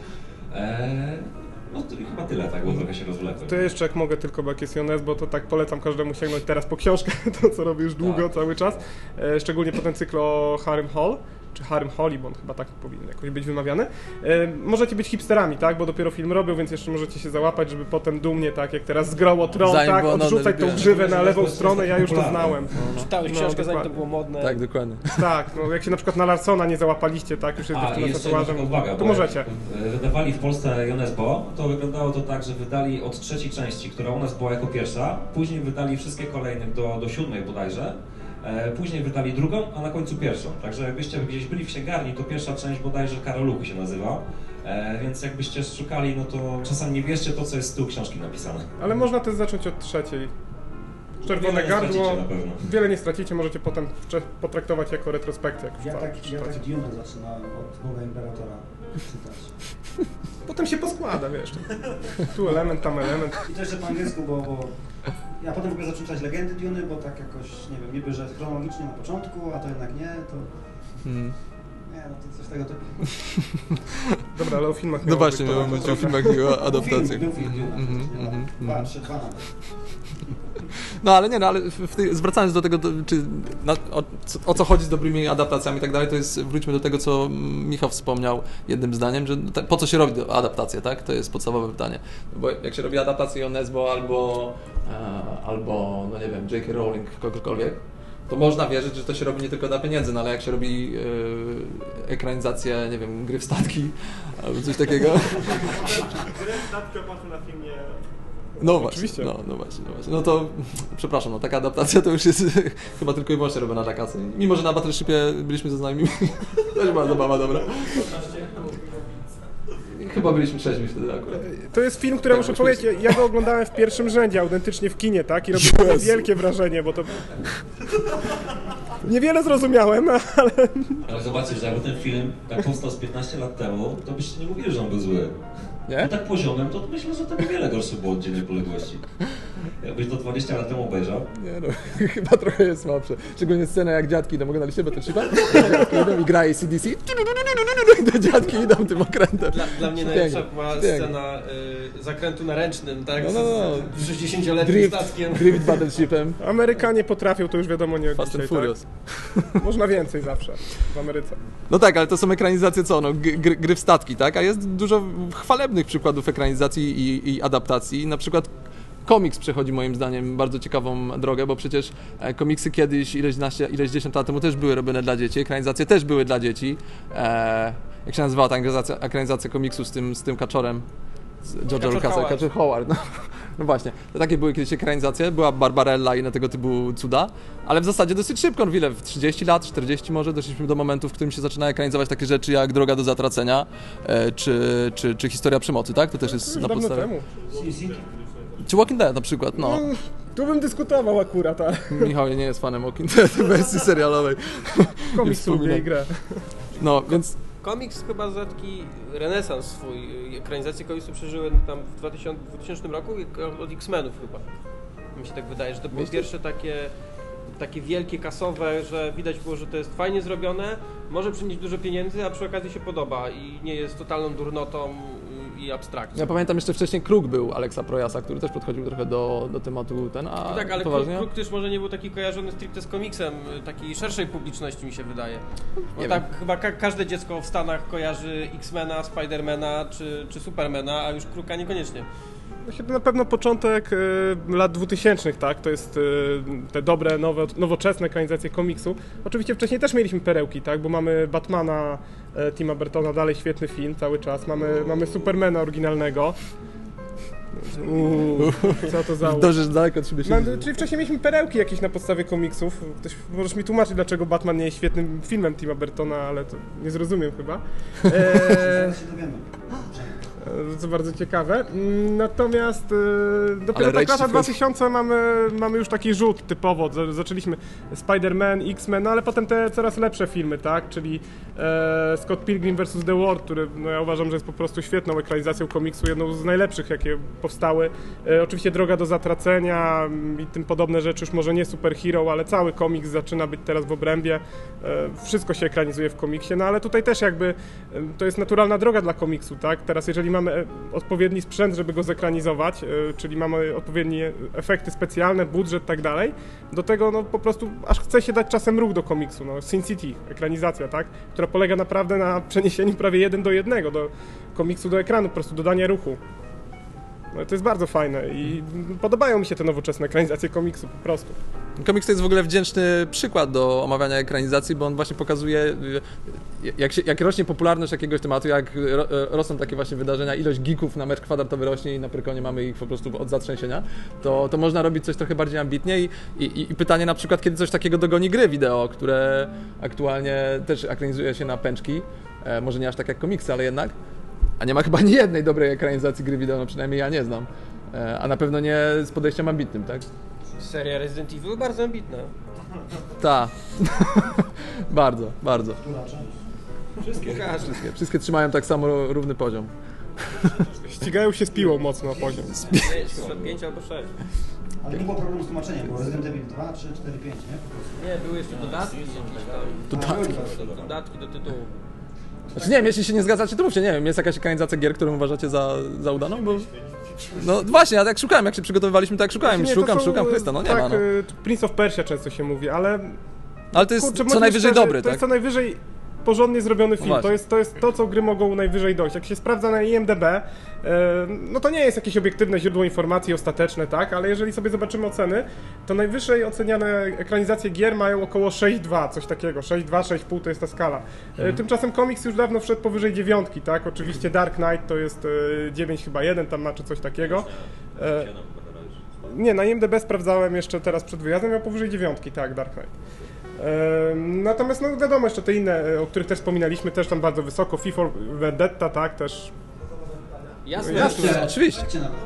Eee, no to chyba tyle, tak, bo trochę się rozwlekłem. To jeszcze jak mogę tylko, bo jak jest Jones, bo to tak polecam każdemu sięgnąć teraz po książkę, to co robi już długo, Tak. cały czas. E, szczególnie po ten cykl o Harrym Hall, czy Harrym Holly, bo on chyba tak powinien jakoś być wymawiany. E, możecie być hipsterami, tak, bo dopiero film robią, więc jeszcze możecie się załapać, żeby potem dumnie, tak, jak teraz zgrało tron, Zanim tak, było nudne, odrzucać tą lubiłem. grzywę na lewą To jest stronę, tak ja już to popularne. znałem. Czytałeś No, książkę, zanim to dokładnie. było modne. Tak, dokładnie. Tak, no jak się na przykład na Larsona nie załapaliście, tak, już A, jesteście i na jeszcze jedna tatuażem, taka uwaga, to bo możecie. jak wydawali w Polsce Jonesbo, to wyglądało to tak, że wydali od trzeciej części, która u nas była jako pierwsza, później wydali wszystkie kolejne do, do siódmej bodajże, e, później wydali drugą, a na końcu pierwszą. Także jakbyście gdzieś byli w księgarni, to pierwsza część bodajże Karoluchy się nazywa, e, więc jakbyście szukali, no to czasami nie wierzcie to, co jest z tyłu książki napisane. Ale można też zacząć od trzeciej. Czerwone Wiele nie gardło, stracicie na pewno. wiele nie stracicie, możecie potem wcze- potraktować jako retrospekcję, jak już Ja tak tak, ja czytacie. tak Dune zaczynałem od Boga Imperatora czytać. Potem się poskłada, wiesz. Tu element, tam element. I to jeszcze po angielsku, bo, bo ja potem w ogóle zacząłem czytać Legendy Duny, bo tak jakoś, nie wiem, niby, że chronologicznie na początku, a to jednak nie, to... Mm. Nie, no to coś tego typu. Dobra, ale o filmach No miało właśnie, być to miałem mówić o trochę. filmach i o Był adaptacjach. film, był film Duna, Mhm, przecież, nie? mhm, Dwa, mhm. trzy, dwa nawet. No ale nie, no ale w, w tej, zwracając do tego, do, czy na, o, co- o co chodzi z dobrymi adaptacjami i tak dalej, to jest, wróćmy do tego, co Michał wspomniał jednym zdaniem, że te, po co się robi adaptację, tak? To jest podstawowe pytanie. Bo jak się robi adaptację Jonesbo albo, e, albo, no nie wiem, J K. Rowling, kogokolwiek, to można wierzyć, że to się robi nie tylko dla pieniędzy, no ale jak się robi e, ekranizację, nie wiem, gry w statki albo coś takiego. Gry statki oparte na filmie. No właśnie, Oczywiście. no, no właśnie, no właśnie. No to, przepraszam, no taka adaptacja to już jest chyba tylko i wyłącznie robiona na kasę. Mimo, że na Battleshipie byliśmy ze znajomymi, to była zabawa, dobra. Chyba byliśmy trzeźwi wtedy akurat. To jest film, który Tak, muszę oczywiście. powiedzieć, ja go oglądałem w pierwszym rzędzie, autentycznie w kinie, tak? I robiło to Jezu. wielkie wrażenie, bo to... Niewiele zrozumiałem, ale... Ale zobaczcie, że jakby ten film tak powstał z piętnaście lat temu, to byście nie mówili, że on był zły. Nie? No tak poziomem, to myślę, że to niewiele gorsze było od Dziennej Poległości. Jakbyś to dwadzieścia lat temu obejrzał. Nie no, chyba trochę jest słabsze. Szczególnie scena jak dziadki idą, oglądaliście Battleshipa? Dziadki idą i gra A C D C. Te dziadki idą tym okrętem. Dla, dla mnie Pięknie, najlepsza była pięknie. scena y, zakrętu na ręcznym, tak? No, no, no. Z, z sześćdziesięcioletnim Drift, statkiem. drift Battleshipem. Amerykanie potrafią, to już wiadomo nie od Fast and dzisiaj, Furious. tak? Można więcej zawsze w Ameryce. No tak, ale to są ekranizacje co? No, gry, gry w statki, tak? A jest dużo chwalebnych przykładów ekranizacji i, i adaptacji. Na przykład komiks przechodzi moim zdaniem bardzo ciekawą drogę, bo przecież e, komiksy kiedyś, ileś, naście, ileś dziesiąt lat temu też były robione dla dzieci, ekranizacje też były dla dzieci. E, jak się nazywała ta ekranizacja, ekranizacja komiksu z tym, z tym kaczorem? Z George'a Kaczor Lucasa, Howard. Kaczor Howard. No, no właśnie, to takie były kiedyś ekranizacje, była Barbarella i inne tego typu cuda, ale w zasadzie dosyć szybko, no ile, w trzydzieści lat, czterdzieści może, doszliśmy do momentu, w którym się zaczyna ekranizować takie rzeczy jak Droga do zatracenia, e, czy, czy, czy Historia przemocy, tak? To też jest Już na dawno podstawie. temu. Czy Walking Dead na przykład, no. Mm, Tu bym dyskutował akurat, ale Michał nie jest fanem Walking Dead w wersji serialowej. komiks Nie lubię i wspominam. grę. No, więc Komiks chyba za taki renesans swój. Ekranizacje komiksu przeżyły tam w dwutysięcznym roku od X-Menów chyba. Mi się tak wydaje, że to były pierwsze takie, takie wielkie, kasowe, że widać było, że to jest fajnie zrobione, może przynieść dużo pieniędzy, a przy okazji się podoba i nie jest totalną durnotą i abstrakcją. Ja pamiętam jeszcze wcześniej Kruk był Aleksa Projasa, który też podchodził trochę do, do tematu ten, a No tak, ale poważnie? Kruk, Kruk też może nie był taki kojarzony stricte z komiksem, takiej szerszej publiczności mi się wydaje. Bo Nie tak wiem. chyba ka każde dziecko w Stanach kojarzy X-Mena, Spidermana czy, czy Supermana, a już Kruka niekoniecznie. Właśnie to na pewno początek y, lat dwutysięcznych, tak? To jest y, te dobre, nowe, nowoczesne ekranizacje komiksu. Oczywiście wcześniej też mieliśmy perełki, tak? Bo mamy Batmana y, Tima Burtona, dalej świetny film cały czas. Mamy, mamy Supermana oryginalnego. Uuu, co to za... Dążysz daleko od siebie się. No, czyli wcześniej mieliśmy perełki jakieś na podstawie komiksów. Ktoś, możesz mi tłumaczyć, dlaczego Batman nie jest świetnym filmem Tima Burtona, ale to nie zrozumiem chyba. Eee, Zaraz się dowiemy. co bardzo ciekawe. Natomiast e, dopiero Ale tak lata rejestr- dwa tysiące mamy, mamy już taki rzut typowo. Z- Zaczęliśmy Spider-Man, X-Men, no ale potem te coraz lepsze filmy, tak? Czyli e, Scott Pilgrim versus. The World, który no, ja uważam, że jest po prostu świetną ekranizacją komiksu, jedną z najlepszych, jakie powstały. E, oczywiście Droga do Zatracenia m, i tym podobne rzeczy, już może nie superhero, ale cały komiks zaczyna być teraz w obrębie. E, wszystko się ekranizuje w komiksie, no ale tutaj też jakby e, to jest naturalna droga dla komiksu, tak? Teraz jeżeli mamy e, odpowiedni sprzęt, żeby go zekranizować, e, czyli mamy odpowiednie efekty specjalne, budżet, tak dalej, do tego no po prostu aż chce się dać czasem ruch do komiksu, no Sin City, ekranizacja, tak? Która polega naprawdę na przeniesieniu prawie jeden do jednego do komiksu do ekranu, po prostu dodania ruchu. No to jest bardzo fajne i podobają mi się te nowoczesne ekranizacje komiksu po prostu. Komiks to jest w ogóle wdzięczny przykład do omawiania ekranizacji, bo on właśnie pokazuje, y, jak, się, jak rośnie popularność jakiegoś tematu, jak ro, rosną takie właśnie wydarzenia, ilość geeków na metr kwadratowy rośnie i na Pyrkonie mamy ich po prostu od zatrzęsienia, to, to można robić coś trochę bardziej ambitnie i, i, i pytanie na przykład, kiedy coś takiego dogoni gry wideo, które aktualnie też ekranizuje się na pęczki, e, może nie aż tak jak komiksy, ale jednak, a nie ma chyba ani jednej dobrej ekranizacji gry wideo, no przynajmniej ja nie znam, e, a na pewno nie z podejściem ambitnym, tak? Seria Resident Evil bardzo ambitna. Tak. bardzo, bardzo. Wszystkie. Wszystkie, wszystkie trzymają tak samo równy poziom. Ścigają się z piłą mocno o poziom. pięć albo sześć. Ale nie było problemu z tłumaczeniem, bo Resident Evil dwa, trzy, cztery, pięć, nie? Po prostu. Nie, były jeszcze dodatki jakieś tam. Dodatki. Dodatki do tytułu. Znaczy nie wiem, jeśli się nie zgadzacie, to mówcie, nie wiem, jest jakaś ekranizacja gier, którą uważacie za, za udaną, bo... No właśnie, ja tak szukałem, jak się przygotowywaliśmy, tak szukałem, Nie, to szukam, są, szukam, Chrysta, no nie tak, ma, no. y, Prince of Persia często się mówi, ale... Ale to jest kurczę, co bądźmy najwyżej szczerzy, dobry, To tak? jest co najwyżej porządnie zrobiony film, właśnie. to jest, to jest to, co gry mogą najwyżej dojść. Jak się sprawdza na I M D B, y, no to nie jest jakieś obiektywne źródło informacji ostateczne, tak? Ale jeżeli sobie zobaczymy oceny, to najwyżej oceniane ekranizacje gier mają około sześć dwa, coś takiego. sześć dwa, sześć i pół to jest ta skala. Y, Tymczasem komiks już dawno wszedł powyżej dziewiątki, tak? Oczywiście Dark Knight to jest y, dziewięć chyba jeden, tam ma czy coś takiego. Y, Nie, na I M D B sprawdzałem jeszcze teraz przed wyjazdem, miał powyżej dziewiątki, tak, Dark Knight. Ehm, natomiast no wiadomo, jeszcze te inne, o których też wspominaliśmy, też tam bardzo wysoko, V for Vendetta, tak, też. Jasne. Jasne, oczywiście. Chodźcie na-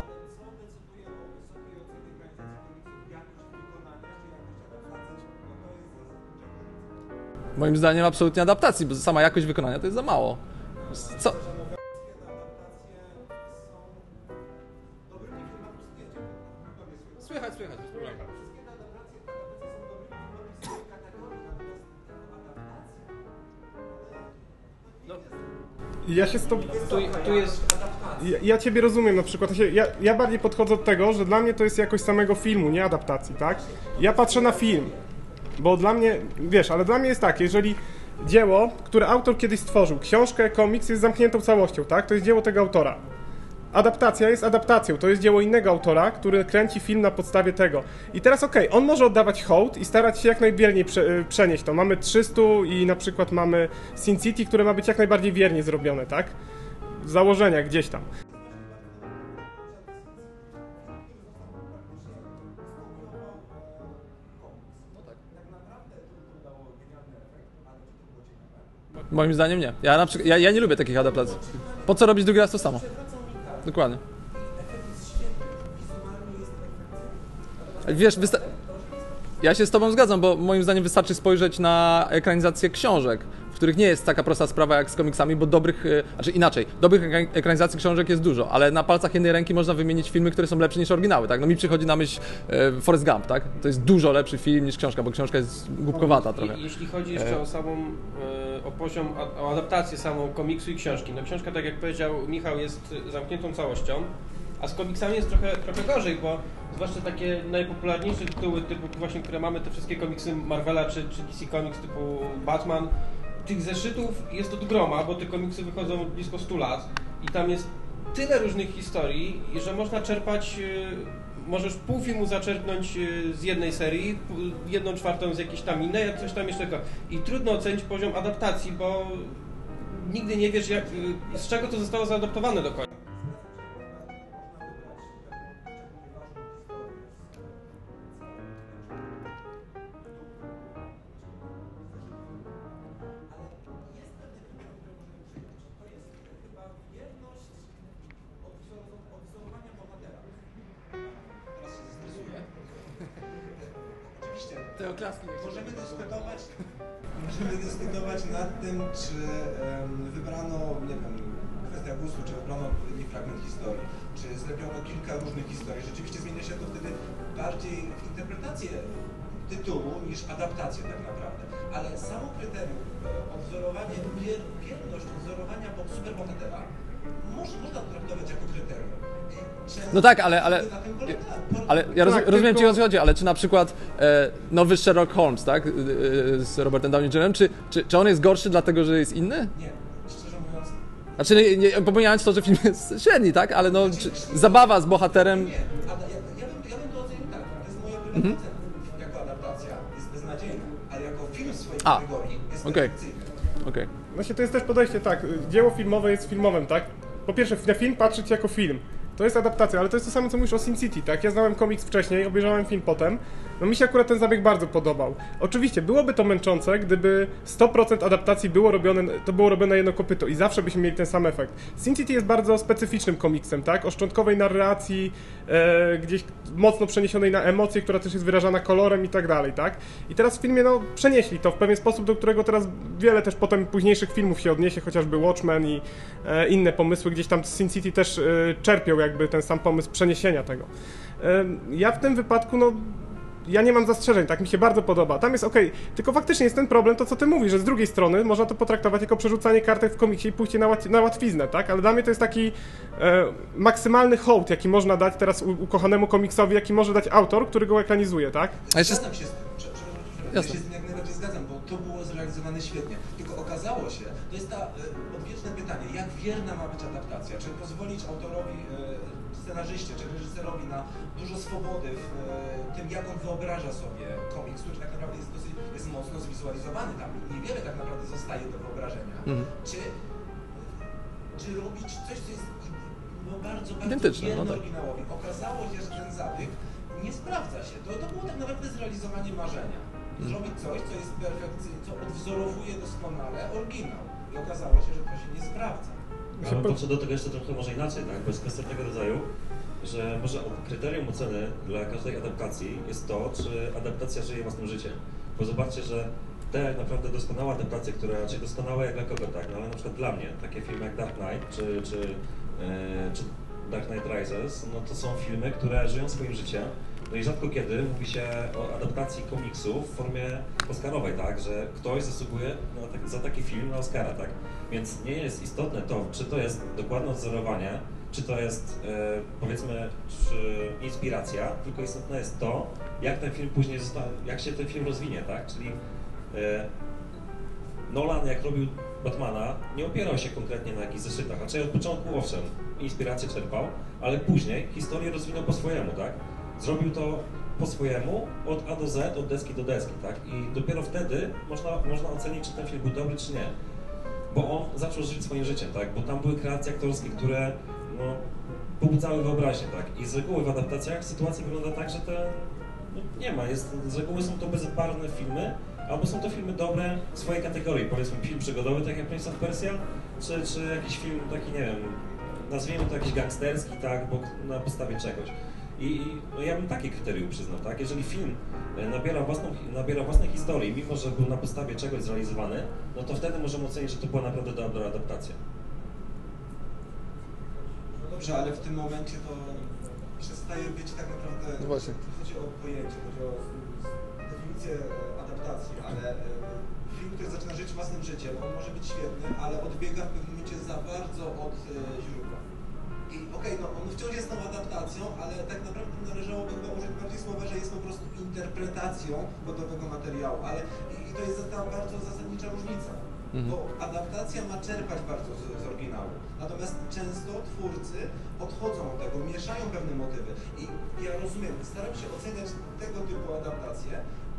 Moim zdaniem absolutnie adaptacji, bo sama jakość wykonania to jest za mało. Co? Słychać, słychać, bez problemu. Ja się z to... Tu, tu jest... Ja, ja ciebie rozumiem na przykład, ja, ja bardziej podchodzę od tego, że dla mnie to jest jakość samego filmu, nie adaptacji, tak? Ja patrzę na film, bo dla mnie, wiesz, ale dla mnie jest tak, jeżeli dzieło, które autor kiedyś stworzył, książkę, komiks jest zamkniętą całością, tak? To jest dzieło tego autora. Adaptacja jest adaptacją, to jest dzieło innego autora, który kręci film na podstawie tego. I teraz okej, okay, on może oddawać hołd i starać się jak najwierniej prze, przenieść to. Mamy trzysta i na przykład mamy Sin City, które ma być jak najbardziej wiernie zrobione, tak? W założeniach gdzieś tam. Moim zdaniem nie. Ja, na przykład, ja, ja nie lubię takich adaptacji. Po co robić drugi raz to samo? Dokładnie. Wiesz, wysta... Ja się z tobą zgadzam, bo moim zdaniem wystarczy spojrzeć na ekranizację książek, w których nie jest taka prosta sprawa jak z komiksami, bo dobrych, znaczy inaczej, dobrych ekranizacji książek jest dużo, ale na palcach jednej ręki można wymienić filmy, które są lepsze niż oryginały, tak? No mi przychodzi na myśl e, Forrest Gump, tak? To jest dużo lepszy film niż książka, bo książka jest głupkowata trochę. I, jeśli chodzi jeszcze o samą, e, o poziom, o adaptację samą komiksu i książki, no książka, tak jak powiedział Michał, jest zamkniętą całością, a z komiksami jest trochę, trochę gorzej, bo zwłaszcza takie najpopularniejsze tytuły, typu właśnie, które mamy, te wszystkie komiksy Marvela czy, czy D C Comics typu Batman, tych zeszytów jest od groma, bo te komiksy wychodzą od blisko stu lat i tam jest tyle różnych historii, że można czerpać, możesz pół filmu zaczerpnąć z jednej serii, jedną czwartą z jakiejś tam innej, a coś tam jeszcze. I trudno ocenić poziom adaptacji, bo nigdy nie wiesz, jak, z czego to zostało zaadaptowane do końca. Te oklaski możemy dyskutować, możemy dyskutować nad tym, czy um, wybrano, nie wiem, kwestia gustu, czy wybrano odpowiedni fragment historii, czy zrobiono kilka różnych historii. Rzeczywiście zmienia się to wtedy bardziej w interpretację tytułu niż adaptację tak naprawdę. Ale samo kryterium, odwzorowanie, wierność odwzorowania superbohatera może, można traktować jako kryterium. No tak, ale, ale, ale ja roz, tak, rozumiem tylko... ci o co chodzi, ale czy na przykład e, nowy Sherlock Holmes, tak, e, z Robertem Downey juniorem, czy, czy, czy on jest gorszy dlatego, że jest inny? Nie, szczerze mówiąc... Znaczy, nie, nie, pomijając to, że film jest średni, tak, ale no, czy, zabawa z bohaterem... Nie, ja, ja, ja, bym, ja bym to ocenił tak, to jest moja prywatna mm-hmm. ocena. Jako adaptacja jest beznadziejna, ale jako film w swojej A, kategorii jest okay. perfekcyjny. Okay. Właśnie to jest też podejście, tak, dzieło filmowe jest filmowym, tak? Po pierwsze, na film patrzeć jako film. To jest adaptacja, ale to jest to samo, co mówisz o Sin City, tak? Ja znałem komiks wcześniej, obejrzałem film potem. No mi się akurat ten zabieg bardzo podobał. Oczywiście, byłoby to męczące, gdyby sto procent adaptacji było robione, to było robione jedno kopyto i zawsze byśmy mieli ten sam efekt. Sin City jest bardzo specyficznym komiksem, tak? O szczątkowej narracji, e, gdzieś mocno przeniesionej na emocje, która też jest wyrażana kolorem i tak dalej, tak? I teraz w filmie, no, przenieśli to w pewien sposób, do którego teraz wiele też potem późniejszych filmów się odniesie, chociażby Watchmen i e, inne pomysły, gdzieś tam Sin City też e, czerpią jakby ten sam pomysł przeniesienia tego. E, ja w tym wypadku, no, ja nie mam zastrzeżeń, tak mi się bardzo podoba. Tam jest okej, okay. Tylko faktycznie jest ten problem, to co ty mówisz, że z drugiej strony można to potraktować jako przerzucanie kartek w komiksie i pójście na, łat na łatwiznę, tak? Ale dla mnie to jest taki e, maksymalny hołd, jaki można dać teraz u ukochanemu komiksowi, jaki może dać autor, który go ekranizuje, tak? A jeszcze... Zgadzam się z tym, przepraszam, ja się z tym jak najbardziej zgadzam, bo to było zrealizowane świetnie. Tylko okazało się, to jest ta e, odwieczne pytanie, jak wierna ma być adaptacja? Czy pozwolić autorowi, e, scenarzyście czy reżyserowi na dużo swobody w e, tym, jak on wyobraża sobie komiks, który tak naprawdę jest dosyć jest mocno zwizualizowany, tam niewiele tak naprawdę zostaje do wyobrażenia. Mhm. Czy, czy robić coś, co jest no, bardzo, bardzo wierne no tak. oryginałowi. Okazało się, że ten zabieg nie sprawdza się. To, to było tak naprawdę zrealizowanie marzenia. Zrobić coś, co jest perfekcyjne, co odwzorowuje doskonale oryginał. I okazało się, że to się nie sprawdza. Ja bym podszedł do tego jeszcze trochę może inaczej, tak? Bo jest kwestia tego rodzaju, że może kryterium oceny dla każdej adaptacji jest to, czy adaptacja żyje własnym życiem. Bo zobaczcie, że te naprawdę doskonałe adaptacje, które raczej doskonałe jak dla kogo, tak? No ale na przykład dla mnie, takie filmy jak Dark Knight czy, czy, e, czy Dark Knight Rises, no to są filmy, które żyją swoim życiem. No i rzadko kiedy mówi się o adaptacji komiksu w formie oscarowej, tak, że ktoś zasługuje na tak, za taki film na Oscara, tak. Więc nie jest istotne to, czy to jest dokładne odzorowanie, czy to jest e, powiedzmy czy inspiracja, tylko istotne jest to, jak ten film później zostanie, jak się ten film rozwinie, tak, czyli e, Nolan jak robił Batmana nie opierał się konkretnie na jakichś zeszytach, raczej od początku owszem, inspirację czerpał, ale później historię rozwinął po swojemu, tak. Zrobił to po swojemu, od A do Z, od deski do deski, tak? I dopiero wtedy można, można ocenić, czy ten film był dobry, czy nie. Bo on zaczął żyć swoim życiem, tak? Bo tam były kreacje aktorskie, które no, pobudzały wyobraźnię, tak? I z reguły w adaptacjach sytuacja wygląda tak, że te no, nie ma. Jest, z reguły są to bezbarwne filmy, albo są to filmy dobre w swojej kategorii. Powiedzmy film przygodowy, tak jak Prince of Persia, czy, czy jakiś film taki, nie wiem, nazwijmy to jakiś gangsterski, tak? Bo na podstawie czegoś. I no ja bym takie kryterium przyznał, tak? Jeżeli film nabiera, własną, nabiera własnej historii, mimo że był na podstawie czegoś zrealizowany, no to wtedy możemy ocenić, że to była naprawdę dobra adaptacja. No dobrze, ale w tym momencie to przestaje być tak naprawdę, no właśnie. chodzi o pojęcie, chodzi o definicję adaptacji, ale film, który zaczyna żyć własnym życiem, on może być świetny, ale odbiega w pewnym momencie za bardzo od źródła. I okej, okay, no on wciąż jest tą adaptacją, ale tak naprawdę należałoby chyba użyć bardziej słowa, że jest po prostu interpretacją gotowego materiału, ale i, i to jest ta bardzo zasadnicza różnica, mhm. bo adaptacja ma czerpać bardzo z, z oryginału, natomiast często twórcy odchodzą od tego, mieszają pewne motywy i ja rozumiem, staram się oceniać tego typu adaptacje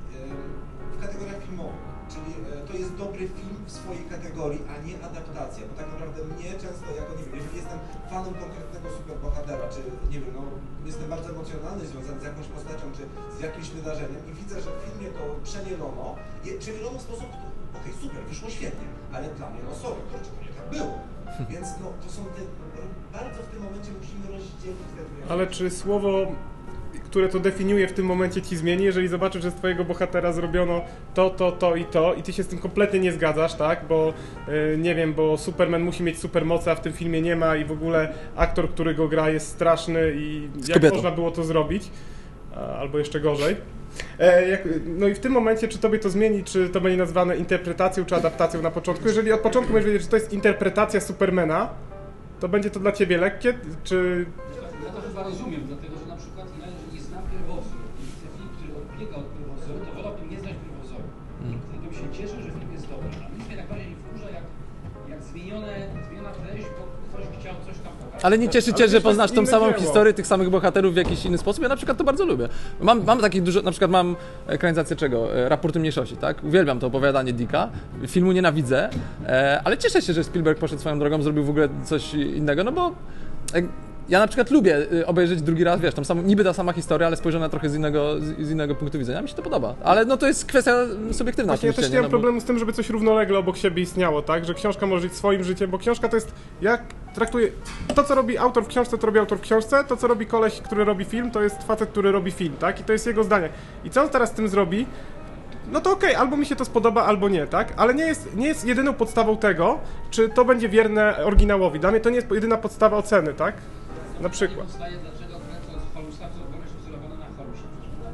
w kategoriach filmowych, czyli to jest dobry film w swojej kategorii, a nie adaptacja, bo tak naprawdę mnie często, jako nie wiem, jeżeli jestem fanem konkretnego superbohatera, czy nie wiem, no jestem bardzo emocjonalny związany z jakąś postacią, czy z jakimś wydarzeniem i widzę, że w filmie to przenielono, przenielono w sposób, okej, okay, super, wyszło świetnie, ale dla mnie, no sorry, to nie tak było. Więc no, to są te, bardzo w tym momencie musimy rozdzielić te dwie. Ale czy słowo, które to definiuje w tym momencie ci zmieni, jeżeli zobaczysz, że z twojego bohatera zrobiono to, to, to i to i ty się z tym kompletnie nie zgadzasz, tak? Bo yy, nie wiem, bo Superman musi mieć supermoce, a w tym filmie nie ma i w ogóle aktor, który go gra, jest straszny i jak można było to zrobić? A, albo jeszcze gorzej. E, jak, no i w tym momencie, czy tobie to zmieni, czy to będzie nazwane interpretacją, czy adaptacją na początku? Jeżeli od początku możesz wiedzieć, że to jest interpretacja Supermana, to będzie to dla ciebie lekkie, czy... Ja to chyba rozumiem, dlatego że na przykład ja nie znam pierwowzór. I widzę film, który odbiega od pierwowzoru, to wolałbym nie znać pierwowzoru. Hmm. Dlatego się cieszę, że film jest dobry. A mnie najbardziej nie wkurza, jak, jak zmienione, zmieniona treść, bo ktoś chciał coś tam pokazać. Ale nie cieszy cię, że poznasz tą samą dzieło. historię tych samych bohaterów w jakiś inny sposób? Ja na przykład to bardzo lubię. Mam, mam takich dużo, na przykład mam ekranizację czego? Raportu Mniejszości, tak? Uwielbiam to opowiadanie Dicka, filmu nienawidzę, e, ale cieszę się, że Spielberg poszedł swoją drogą, zrobił w ogóle coś innego, no bo e, ja na przykład lubię obejrzeć drugi raz, wiesz, tam sam, niby ta sama historia, ale spojrzana trochę z innego, z, z innego punktu widzenia. Mi się to podoba. Ale no to jest kwestia subiektywna. Właśnie ja też nie mam no, problemu bo... z tym, żeby coś równolegle obok siebie istniało, tak? Że książka może żyć swoim życiem, bo książka to jest, jak traktuje, to co robi autor w książce, to robi autor w książce, to co robi koleś, który robi film, to jest facet, który robi film, tak? I to jest jego zdanie. I co on teraz z tym zrobi? No to okej, okay, albo mi się to spodoba, albo nie, tak? Ale nie jest, nie jest jedyną podstawą tego, czy to będzie wierne oryginałowi. Dla mnie to nie jest jedyna podstawa oceny, tak? Na przykład. Dlaczego kręcąc Holmesa, co wolność wzorowana na Holmesie?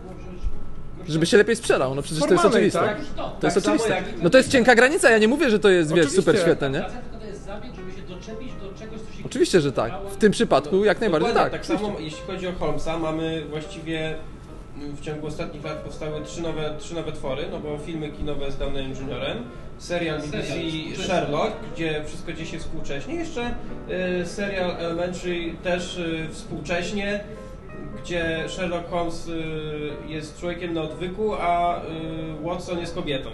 Żeby się lepiej sprzedał, no przecież Formalnej, to jest oczywiste. Tak? To tak jest oczywiste. Jak... No to jest cienka granica, ja nie mówię, że to jest, wiesz, super świetne, nie? Tylko to jest zabieg, żeby się doczepić do czegoś, co się... Oczywiście, że tak. W tym przypadku jak najbardziej tak. Tak samo, jeśli chodzi o Holmesa, mamy właściwie w ciągu ostatnich lat powstały trzy nowe, trzy nowe twory, no bo filmy kinowe z Downem juniorem, serial B B C Sherlock, gdzie wszystko dzieje się współcześnie, jeszcze y, serial Elementary też y, współcześnie, gdzie Sherlock Holmes y, jest człowiekiem na odwyku, a y, Watson jest kobietą.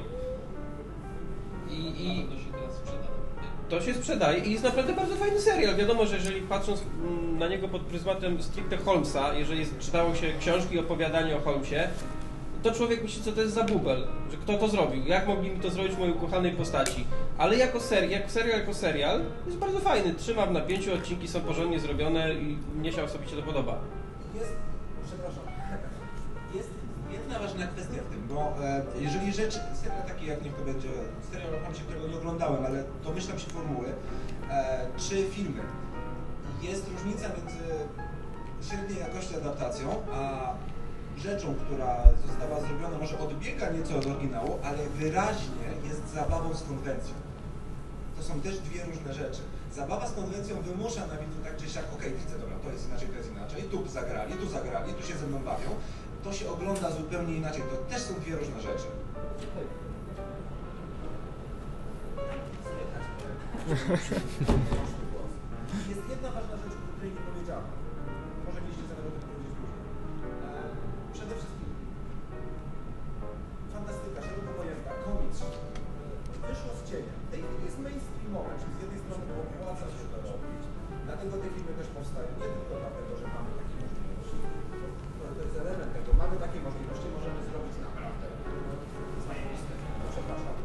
I, i to się sprzedaje i jest naprawdę bardzo fajny serial. Wiadomo, że jeżeli patrząc na niego pod pryzmatem stricte Holmesa, jeżeli jest, czytało się książki i opowiadanie o Holmesie, to człowiek myśli, co to jest za bubel, że kto to zrobił, jak mogli mi to zrobić w mojej ukochanej postaci. Ale jako, seri jako serial, jako serial jest bardzo fajny, trzyma w napięciu, odcinki są porządnie zrobione i mnie się osobiście to podoba. Jest, przepraszam, jest jedna ważna kwestia w tym, bo e, jeżeli rzecz, serial taki jak niech to będzie, serial o Holmesie, którego nie oglądałem, ale domyślam się formuły, e, czy filmy, jest różnica między średniej jakości adaptacją, a rzeczą, która została zrobiona, może odbiega nieco od oryginału, ale wyraźnie jest zabawą z konwencją. To są też dwie różne rzeczy. Zabawa z konwencją wymusza na widzu tak czy siak, okej, okay, widzę, dobra, to jest inaczej, to jest inaczej, tu zagrali, tu zagrali, tu się ze mną bawią. To się ogląda zupełnie inaczej, to też są dwie różne rzeczy. Jest jedna ważna rzecz, o której nie powiedziałem. Może mieliście zamiar o tym powiedzieć później. Przede wszystkim fantastyka, szerokopojęta, komiks wyszło z cienia. W tej chwili jest mainstreamowe, czyli z jednej strony opłaca się to robić, dlatego te filmy też powstają, nie tylko dlatego, że mamy takie możliwości. To jest element tego, mamy takie możliwości, możemy zrobić naprawdę zajebiste, przepraszam,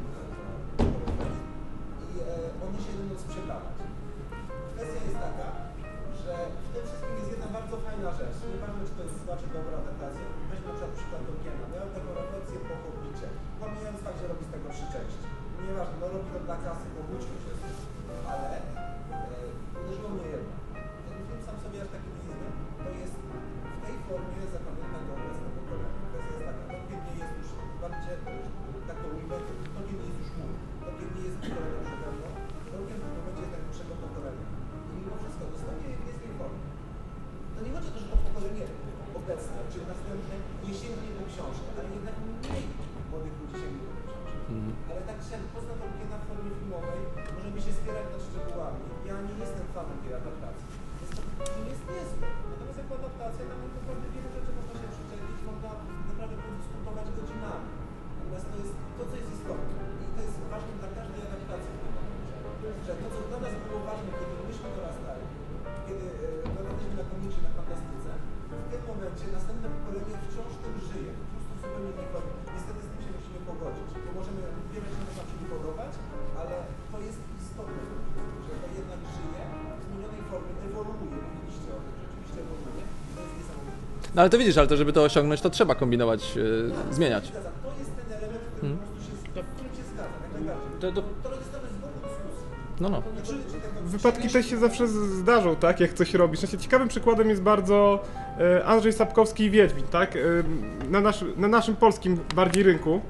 i e, one się będą sprzedawać. Kwestia jest taka, że w tym wszystkim jest jedna bardzo fajna rzecz, nieważne czy to jest zobaczyć dobrą adaptację, weźmy na przykład przykład Tolkiena. Miałem taką refleksję po Hobbicie, pomijając fakt, że robi z tego trzy części. Nieważne, no robi to dla kasy, bo łódźmy się z tym. Ale e, uderzyło mnie jedno. Ten film sam sobie aż taki nie jest, to jest w tej formie zapamiętane do obecnego pokolenia. Kwestia jest taka, Tolkien nie jest już, bardziej, tak to ujmę, Tolkien nie jest już mój. Tolkien nie jest pokoleniem przede mną. Tolkien w tym momencie jest najlepszego pokolenia. I mimo wszystko dostanie w tej formie. To nie chodzi o to, że to pokolenie obecne, czy następne nie sięgnie do książki, ale jednak mniej młodych ludzi sięgnie do książki. Mm. Ale tak się pozna Tolkiena w formie filmowej, możemy się spierać nad szczegółami. Ja nie jestem fanem tej adaptacji. Jest to film jest niezły. Natomiast jako adaptacja tam naprawdę wiele rzeczy można się przyczepić, można naprawdę podyskutować godzinami. Natomiast to jest to, co jest istotne. I to jest ważne dla każdej adaptacji w tym momencie. Że to, co dla nas było ważne, kiedy myśmy dorastali, kiedy dorastaliśmy na komiksy, na fantastyce, w tym momencie następne pokolenie wciąż tym żyje. Po prostu w zupełnie innej formie. Niestety z tym się musimy pogodzić. Bo możemy wiele rzeczy można się nie podobać, ale to jest istotne, że to jednak żyje w zmienionej formie, ewoluuje. Mówiliście o tym, rzeczywiście ewoluuje. To jest niesamowite. No ale to widzisz, ale to żeby to osiągnąć, to trzeba kombinować, yy, tak, zmieniać. To jest ten element, który hmm. po prostu się, z którym się zgadzam, jak najbardziej. To, to, to jest nawet z boku dyskusji. No, no. Wypadki też się zawsze zdarzą, tak, jak coś robisz. Znaczy, ciekawym przykładem jest bardzo e, Andrzej Sapkowski i Wiedźmin, tak, e, na, nasz, na naszym polskim bardziej rynku.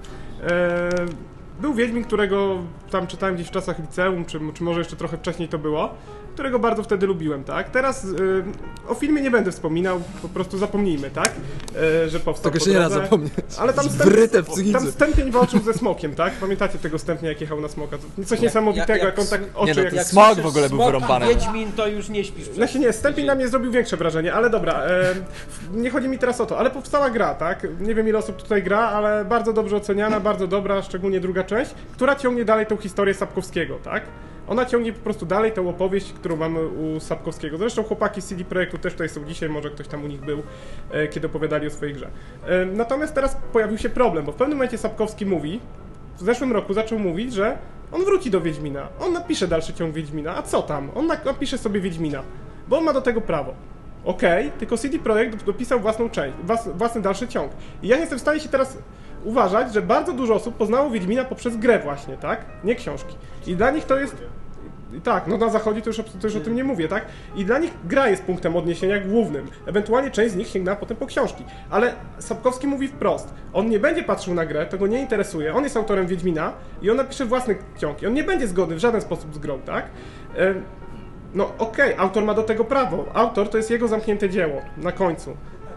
E, był Wiedźmin, którego tam czytałem gdzieś w czasach liceum, czy, czy może jeszcze trochę wcześniej to było, którego bardzo wtedy lubiłem, tak. Teraz y, o filmie nie będę wspominał, po prostu zapomnijmy, tak, y, że powstał. Tego się nie da zapomnieć. Ale tam Wryte w psychice. Tam Stępień walczył ze smokiem, tak? Pamiętacie tego Stępnia, jak jechał na smoka? To coś niesamowitego, jak, jak, jak on tak oczy... Nie no, jak, jak smok w ogóle był wyrąbany. Wiedźmin, to już nie śpisz. Znaczy nie, Stępień na mnie zrobił większe wrażenie, ale dobra, e, nie chodzi mi teraz o to, ale powstała gra, tak? Nie wiem ile osób tutaj gra, ale bardzo dobrze oceniana, bardzo dobra, szczególnie druga część, która ciągnie dalej tą historię Sapkowskiego, tak? Ona ciągnie po prostu dalej tę opowieść, którą mamy u Sapkowskiego. Zresztą chłopaki z C D Projektu też tutaj są dzisiaj, może ktoś tam u nich był, e, kiedy opowiadali o swojej grze. E, natomiast teraz pojawił się problem, bo w pewnym momencie Sapkowski mówi, w zeszłym roku zaczął mówić, że on wróci do Wiedźmina, on napisze dalszy ciąg Wiedźmina, a co tam? On napisze sobie Wiedźmina, bo on ma do tego prawo. Okej, okay, tylko C D Projekt dopisał własną część, włas, własny dalszy ciąg. I ja nie jestem w stanie się teraz uważać, że bardzo dużo osób poznało Wiedźmina poprzez grę właśnie, tak? Nie książki. I dla nich to jest... Tak, no na zachodzie to już, to już o tym nie mówię, tak? I dla nich gra jest punktem odniesienia głównym. Ewentualnie część z nich sięgna potem po książki. Ale Sapkowski mówi wprost, on nie będzie patrzył na grę, to go nie interesuje, on jest autorem Wiedźmina i on napisze własny ciąg. I on nie będzie zgodny w żaden sposób z grą, tak? No okej, okay, autor ma do tego prawo. Autor to jest jego zamknięte dzieło, na końcu.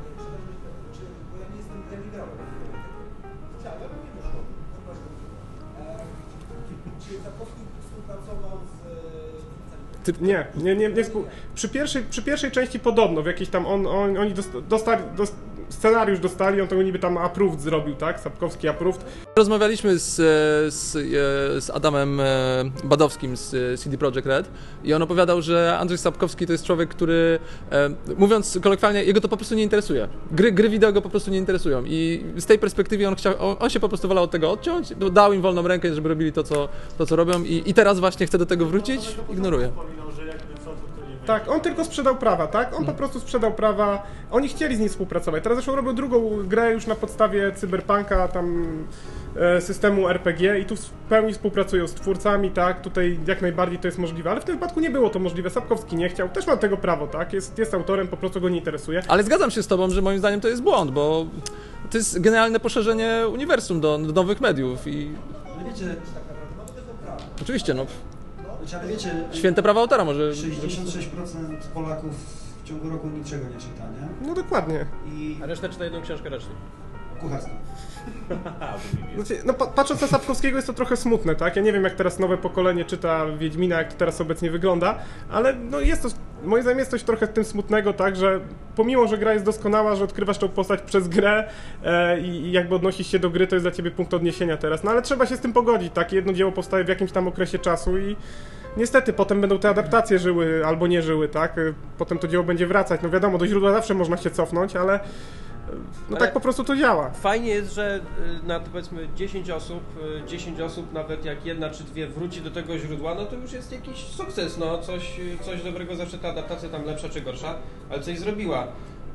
Ty, nie, nie, nie, nie współ... przy, pierwszej, przy pierwszej części podobno, w jakiejś tam on, on, oni dostali, dost, scenariusz dostali, on tego niby tam approved zrobił, tak? Sapkowski approved. Rozmawialiśmy z, z, z Adamem Badowskim z C D Projekt Red i on opowiadał, że Andrzej Sapkowski to jest człowiek, który, mówiąc kolokwialnie, jego to po prostu nie interesuje. Gry, gry wideo go po prostu nie interesują i z tej perspektywy on chciał, on, on się po prostu wolał od tego odciąć, dał im wolną rękę, żeby robili to, co, to, co robią i, i teraz właśnie chce do tego wrócić, ignoruje. Tak, on tylko sprzedał prawa, tak? On hmm. po prostu sprzedał prawa, oni chcieli z nim współpracować. Teraz zresztą robią drugą grę już na podstawie Cyberpunka, tam e, systemu R P G i tu w pełni współpracują z twórcami, tak? Tutaj jak najbardziej to jest możliwe, ale w tym wypadku nie było to możliwe. Sapkowski nie chciał, też ma tego prawo, tak? Jest, jest autorem, po prostu go nie interesuje. Ale zgadzam się z tobą, że moim zdaniem to jest błąd, bo to jest generalne poszerzenie uniwersum do, do nowych mediów i... Ale wiecie... Oczywiście, no... Ale wiecie, święte prawa autora może... sześćdziesiąt sześć procent Polaków w ciągu roku niczego nie czyta, nie? No dokładnie. I... A reszta czyta jedną książkę rocznie. Kucharską. Znaczy, no patrząc na Sapkowskiego jest to trochę smutne, tak? Ja nie wiem jak teraz nowe pokolenie czyta Wiedźmina, jak to teraz obecnie wygląda, ale no jest to, moim zdaniem jest coś trochę tym smutnego, tak? Że pomimo, że gra jest doskonała, że odkrywasz tą postać przez grę e, i jakby odnosisz się do gry, to jest dla ciebie punkt odniesienia teraz. No ale trzeba się z tym pogodzić, tak? Jedno dzieło powstaje w jakimś tam okresie czasu i niestety potem będą te adaptacje żyły albo nie żyły, tak? Potem to dzieło będzie wracać. No wiadomo, do źródła zawsze można się cofnąć, ale no ale tak po prostu to działa. Fajnie jest, że na powiedzmy dziesięć osób, dziesięć osób, nawet jak jedna czy dwie wróci do tego źródła, no to już jest jakiś sukces, no coś, coś dobrego, zawsze ta adaptacja tam lepsza czy gorsza, ale coś zrobiła.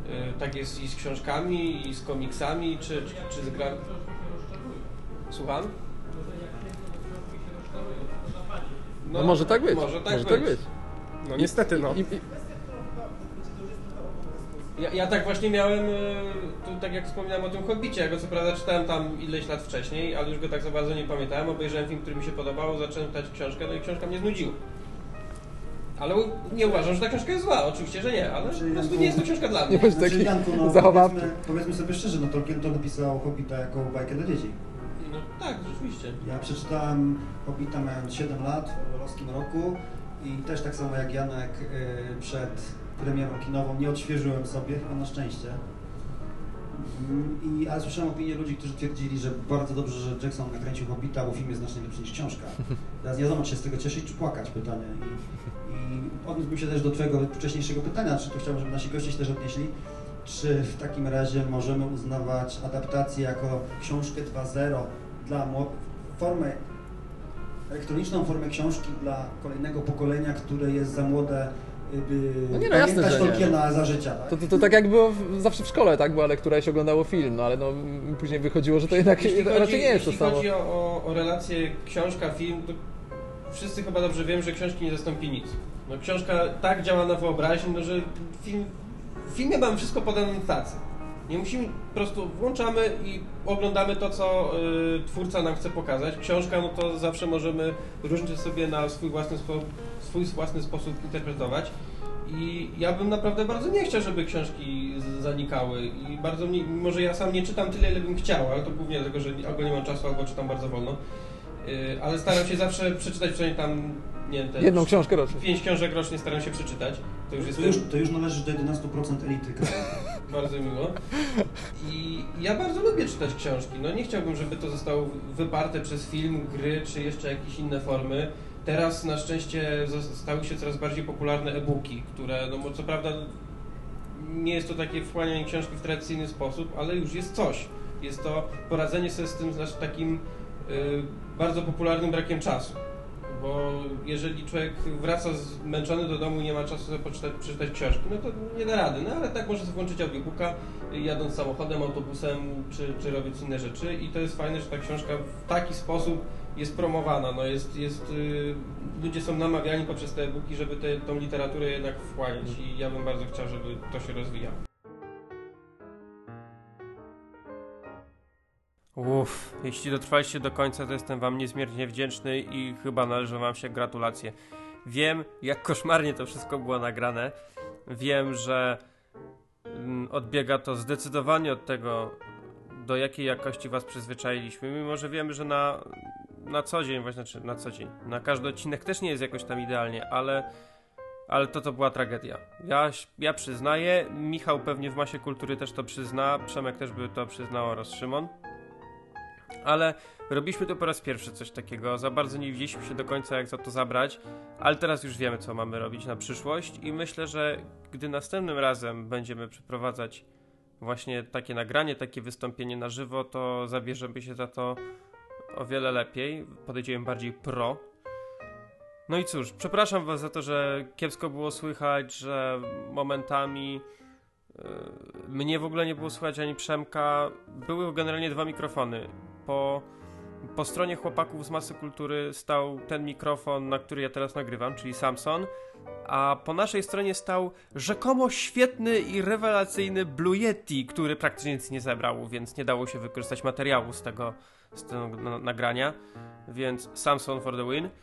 Tak jest i z książkami, i z komiksami, czy, czy, czy z grami. Słucham? No, no może tak być. Może tak, może być. tak być. No niestety, no. I, i, Ja, ja tak właśnie miałem, tu, tak jak wspominałem o tym Hobbicie, ja go co prawda czytałem tam ileś lat wcześniej, ale już go tak za bardzo nie pamiętałem, obejrzałem film, który mi się podobał, zacząłem czytać książkę, no i książka mnie znudziła. Ale nie uważam, że ta książka jest zła, oczywiście, że nie, ale Znaczy, po prostu Janku- nie jest to książka dla mnie. Nie bądź Znaczy, taki Janku, no, zachowawczy. powiedzmy, powiedzmy sobie szczerze, no Tolkien to napisał Hobbita jako bajkę dla dzieci. No tak, rzeczywiście. Ja przeczytałem Hobbita mając siedem lat w orwellowskim roku i też tak samo jak Janek yy, przed premierą kinową nie odświeżyłem sobie, chyba na szczęście. I, ale słyszałem opinie ludzi, którzy twierdzili, że bardzo dobrze, że Jackson nakręcił Hobbita, bo film jest znacznie lepszy niż książka. Teraz nie wiadomo, czy się z tego cieszyć, czy płakać, pytanie. I, i odniósłbym się też do twojego wcześniejszego pytania, czy to chciałbym, żeby nasi goście się też odnieśli. Czy w takim razie możemy uznawać adaptację jako książkę dwa zero dla formę elektroniczną formę książki dla kolejnego pokolenia, które jest za młode, by no nie, no jasne, pamiętać że nie. Tolkiena za życia, tak? To, to, to tak jak było w, zawsze w szkole, tak? Była lektura i się oglądało film, no ale no, później wychodziło, że to jednak Jeśli raczej chodzi, nie jest to jeśli samo. chodzi o, o relację książka, film, to wszyscy chyba dobrze wiemy, że książki nie zastąpi nic. No, książka tak działa na wyobraźnię, no, że film, w filmie mamy wszystko podane na tacy. Nie musimy, po prostu włączamy i oglądamy to, co y, twórca nam chce pokazać. Książka, no to zawsze możemy różnie sobie na swój własny, spo, swój własny sposób interpretować. I ja bym naprawdę bardzo nie chciał, żeby książki zanikały i bardzo mnie, mimo że ja sam nie czytam tyle, ile bym chciał, ale to głównie dlatego, że albo nie mam czasu, albo czytam bardzo wolno. Yy, ale staram się zawsze przeczytać przynajmniej tam, nie wiem, te jedną książkę rocznie. Pięć książek rocznie staram się przeczytać. To już, to, już, to już należy do jedenastu procent elity. Bardzo miło. I ja bardzo lubię czytać książki. No nie chciałbym, żeby to zostało wyparte przez film, gry, czy jeszcze jakieś inne formy. Teraz na szczęście stały się coraz bardziej popularne e-booki, które, no bo co prawda nie jest to takie wchłanianie książki w tradycyjny sposób, ale już jest coś. Jest to poradzenie sobie z tym znaczy, takim y, bardzo popularnym brakiem czasu. Bo jeżeli człowiek wraca zmęczony do domu i nie ma czasu sobie poczytać, przeczytać książki, no to nie da rady. No ale tak może sobie włączyć audiobooka, jadąc samochodem, autobusem, czy, czy robić inne rzeczy i to jest fajne, że ta książka w taki sposób jest promowana. No jest, jest, yy, ludzie są namawiani poprzez te e-booki, żeby te, tą literaturę jednak wchłaniać i ja bym bardzo chciał, żeby to się rozwijało. Uff, jeśli dotrwaliście do końca, to jestem wam niezmiernie wdzięczny i chyba należą wam się gratulacje. Wiem, jak koszmarnie to wszystko było nagrane. Wiem, że odbiega to zdecydowanie od tego, do jakiej jakości was przyzwyczailiśmy, mimo że wiemy, że na, na co dzień, właśnie znaczy na co dzień, na każdy odcinek też nie jest jakoś tam idealnie, ale, ale to to była tragedia. Ja, ja przyznaję, Michał pewnie w Masie Kultury też to przyzna, Przemek też by to przyznał oraz Szymon. Ale robiliśmy to po raz pierwszy coś takiego, za bardzo nie wiedzieliśmy się do końca jak za to zabrać, ale teraz już wiemy co mamy robić na przyszłość i myślę, że gdy następnym razem będziemy przeprowadzać właśnie takie nagranie, takie wystąpienie na żywo, to zabierzemy się za to o wiele lepiej, podejdziemy bardziej pro. No i cóż, przepraszam was za to, że kiepsko było słychać, że momentami yy, mnie w ogóle nie było słychać ani Przemka. Były generalnie dwa mikrofony. Po, po stronie chłopaków z Masy Kultury stał ten mikrofon, na który ja teraz nagrywam, czyli Samson, a po naszej stronie stał rzekomo świetny i rewelacyjny Blue Yeti, który praktycznie nic nie zebrał, więc nie dało się wykorzystać materiału z tego, z tego na, nagrania, więc Samson for the win. Yy,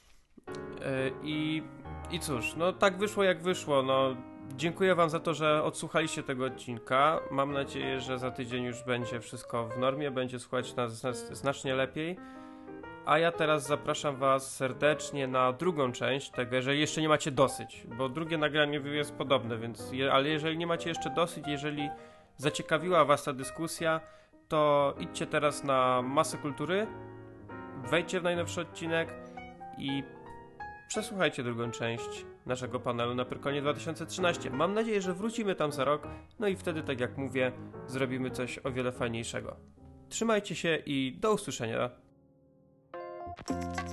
i, I cóż, no tak wyszło jak wyszło, no dziękuję wam za to, że odsłuchaliście tego odcinka. Mam nadzieję, że za tydzień już będzie wszystko w normie, będzie słuchać nas znacznie lepiej. A ja teraz zapraszam was serdecznie na drugą część tego, jeżeli jeszcze nie macie dosyć, bo drugie nagranie jest podobne, więc je, ale jeżeli nie macie jeszcze dosyć, jeżeli zaciekawiła was ta dyskusja, to idźcie teraz na Masę Kultury, wejdźcie w najnowszy odcinek i przesłuchajcie drugą część naszego panelu na Pyrkonie dwa tysiące trzynaście. Mam nadzieję, że wrócimy tam za rok, no i wtedy, tak jak mówię, zrobimy coś o wiele fajniejszego. Trzymajcie się i do usłyszenia.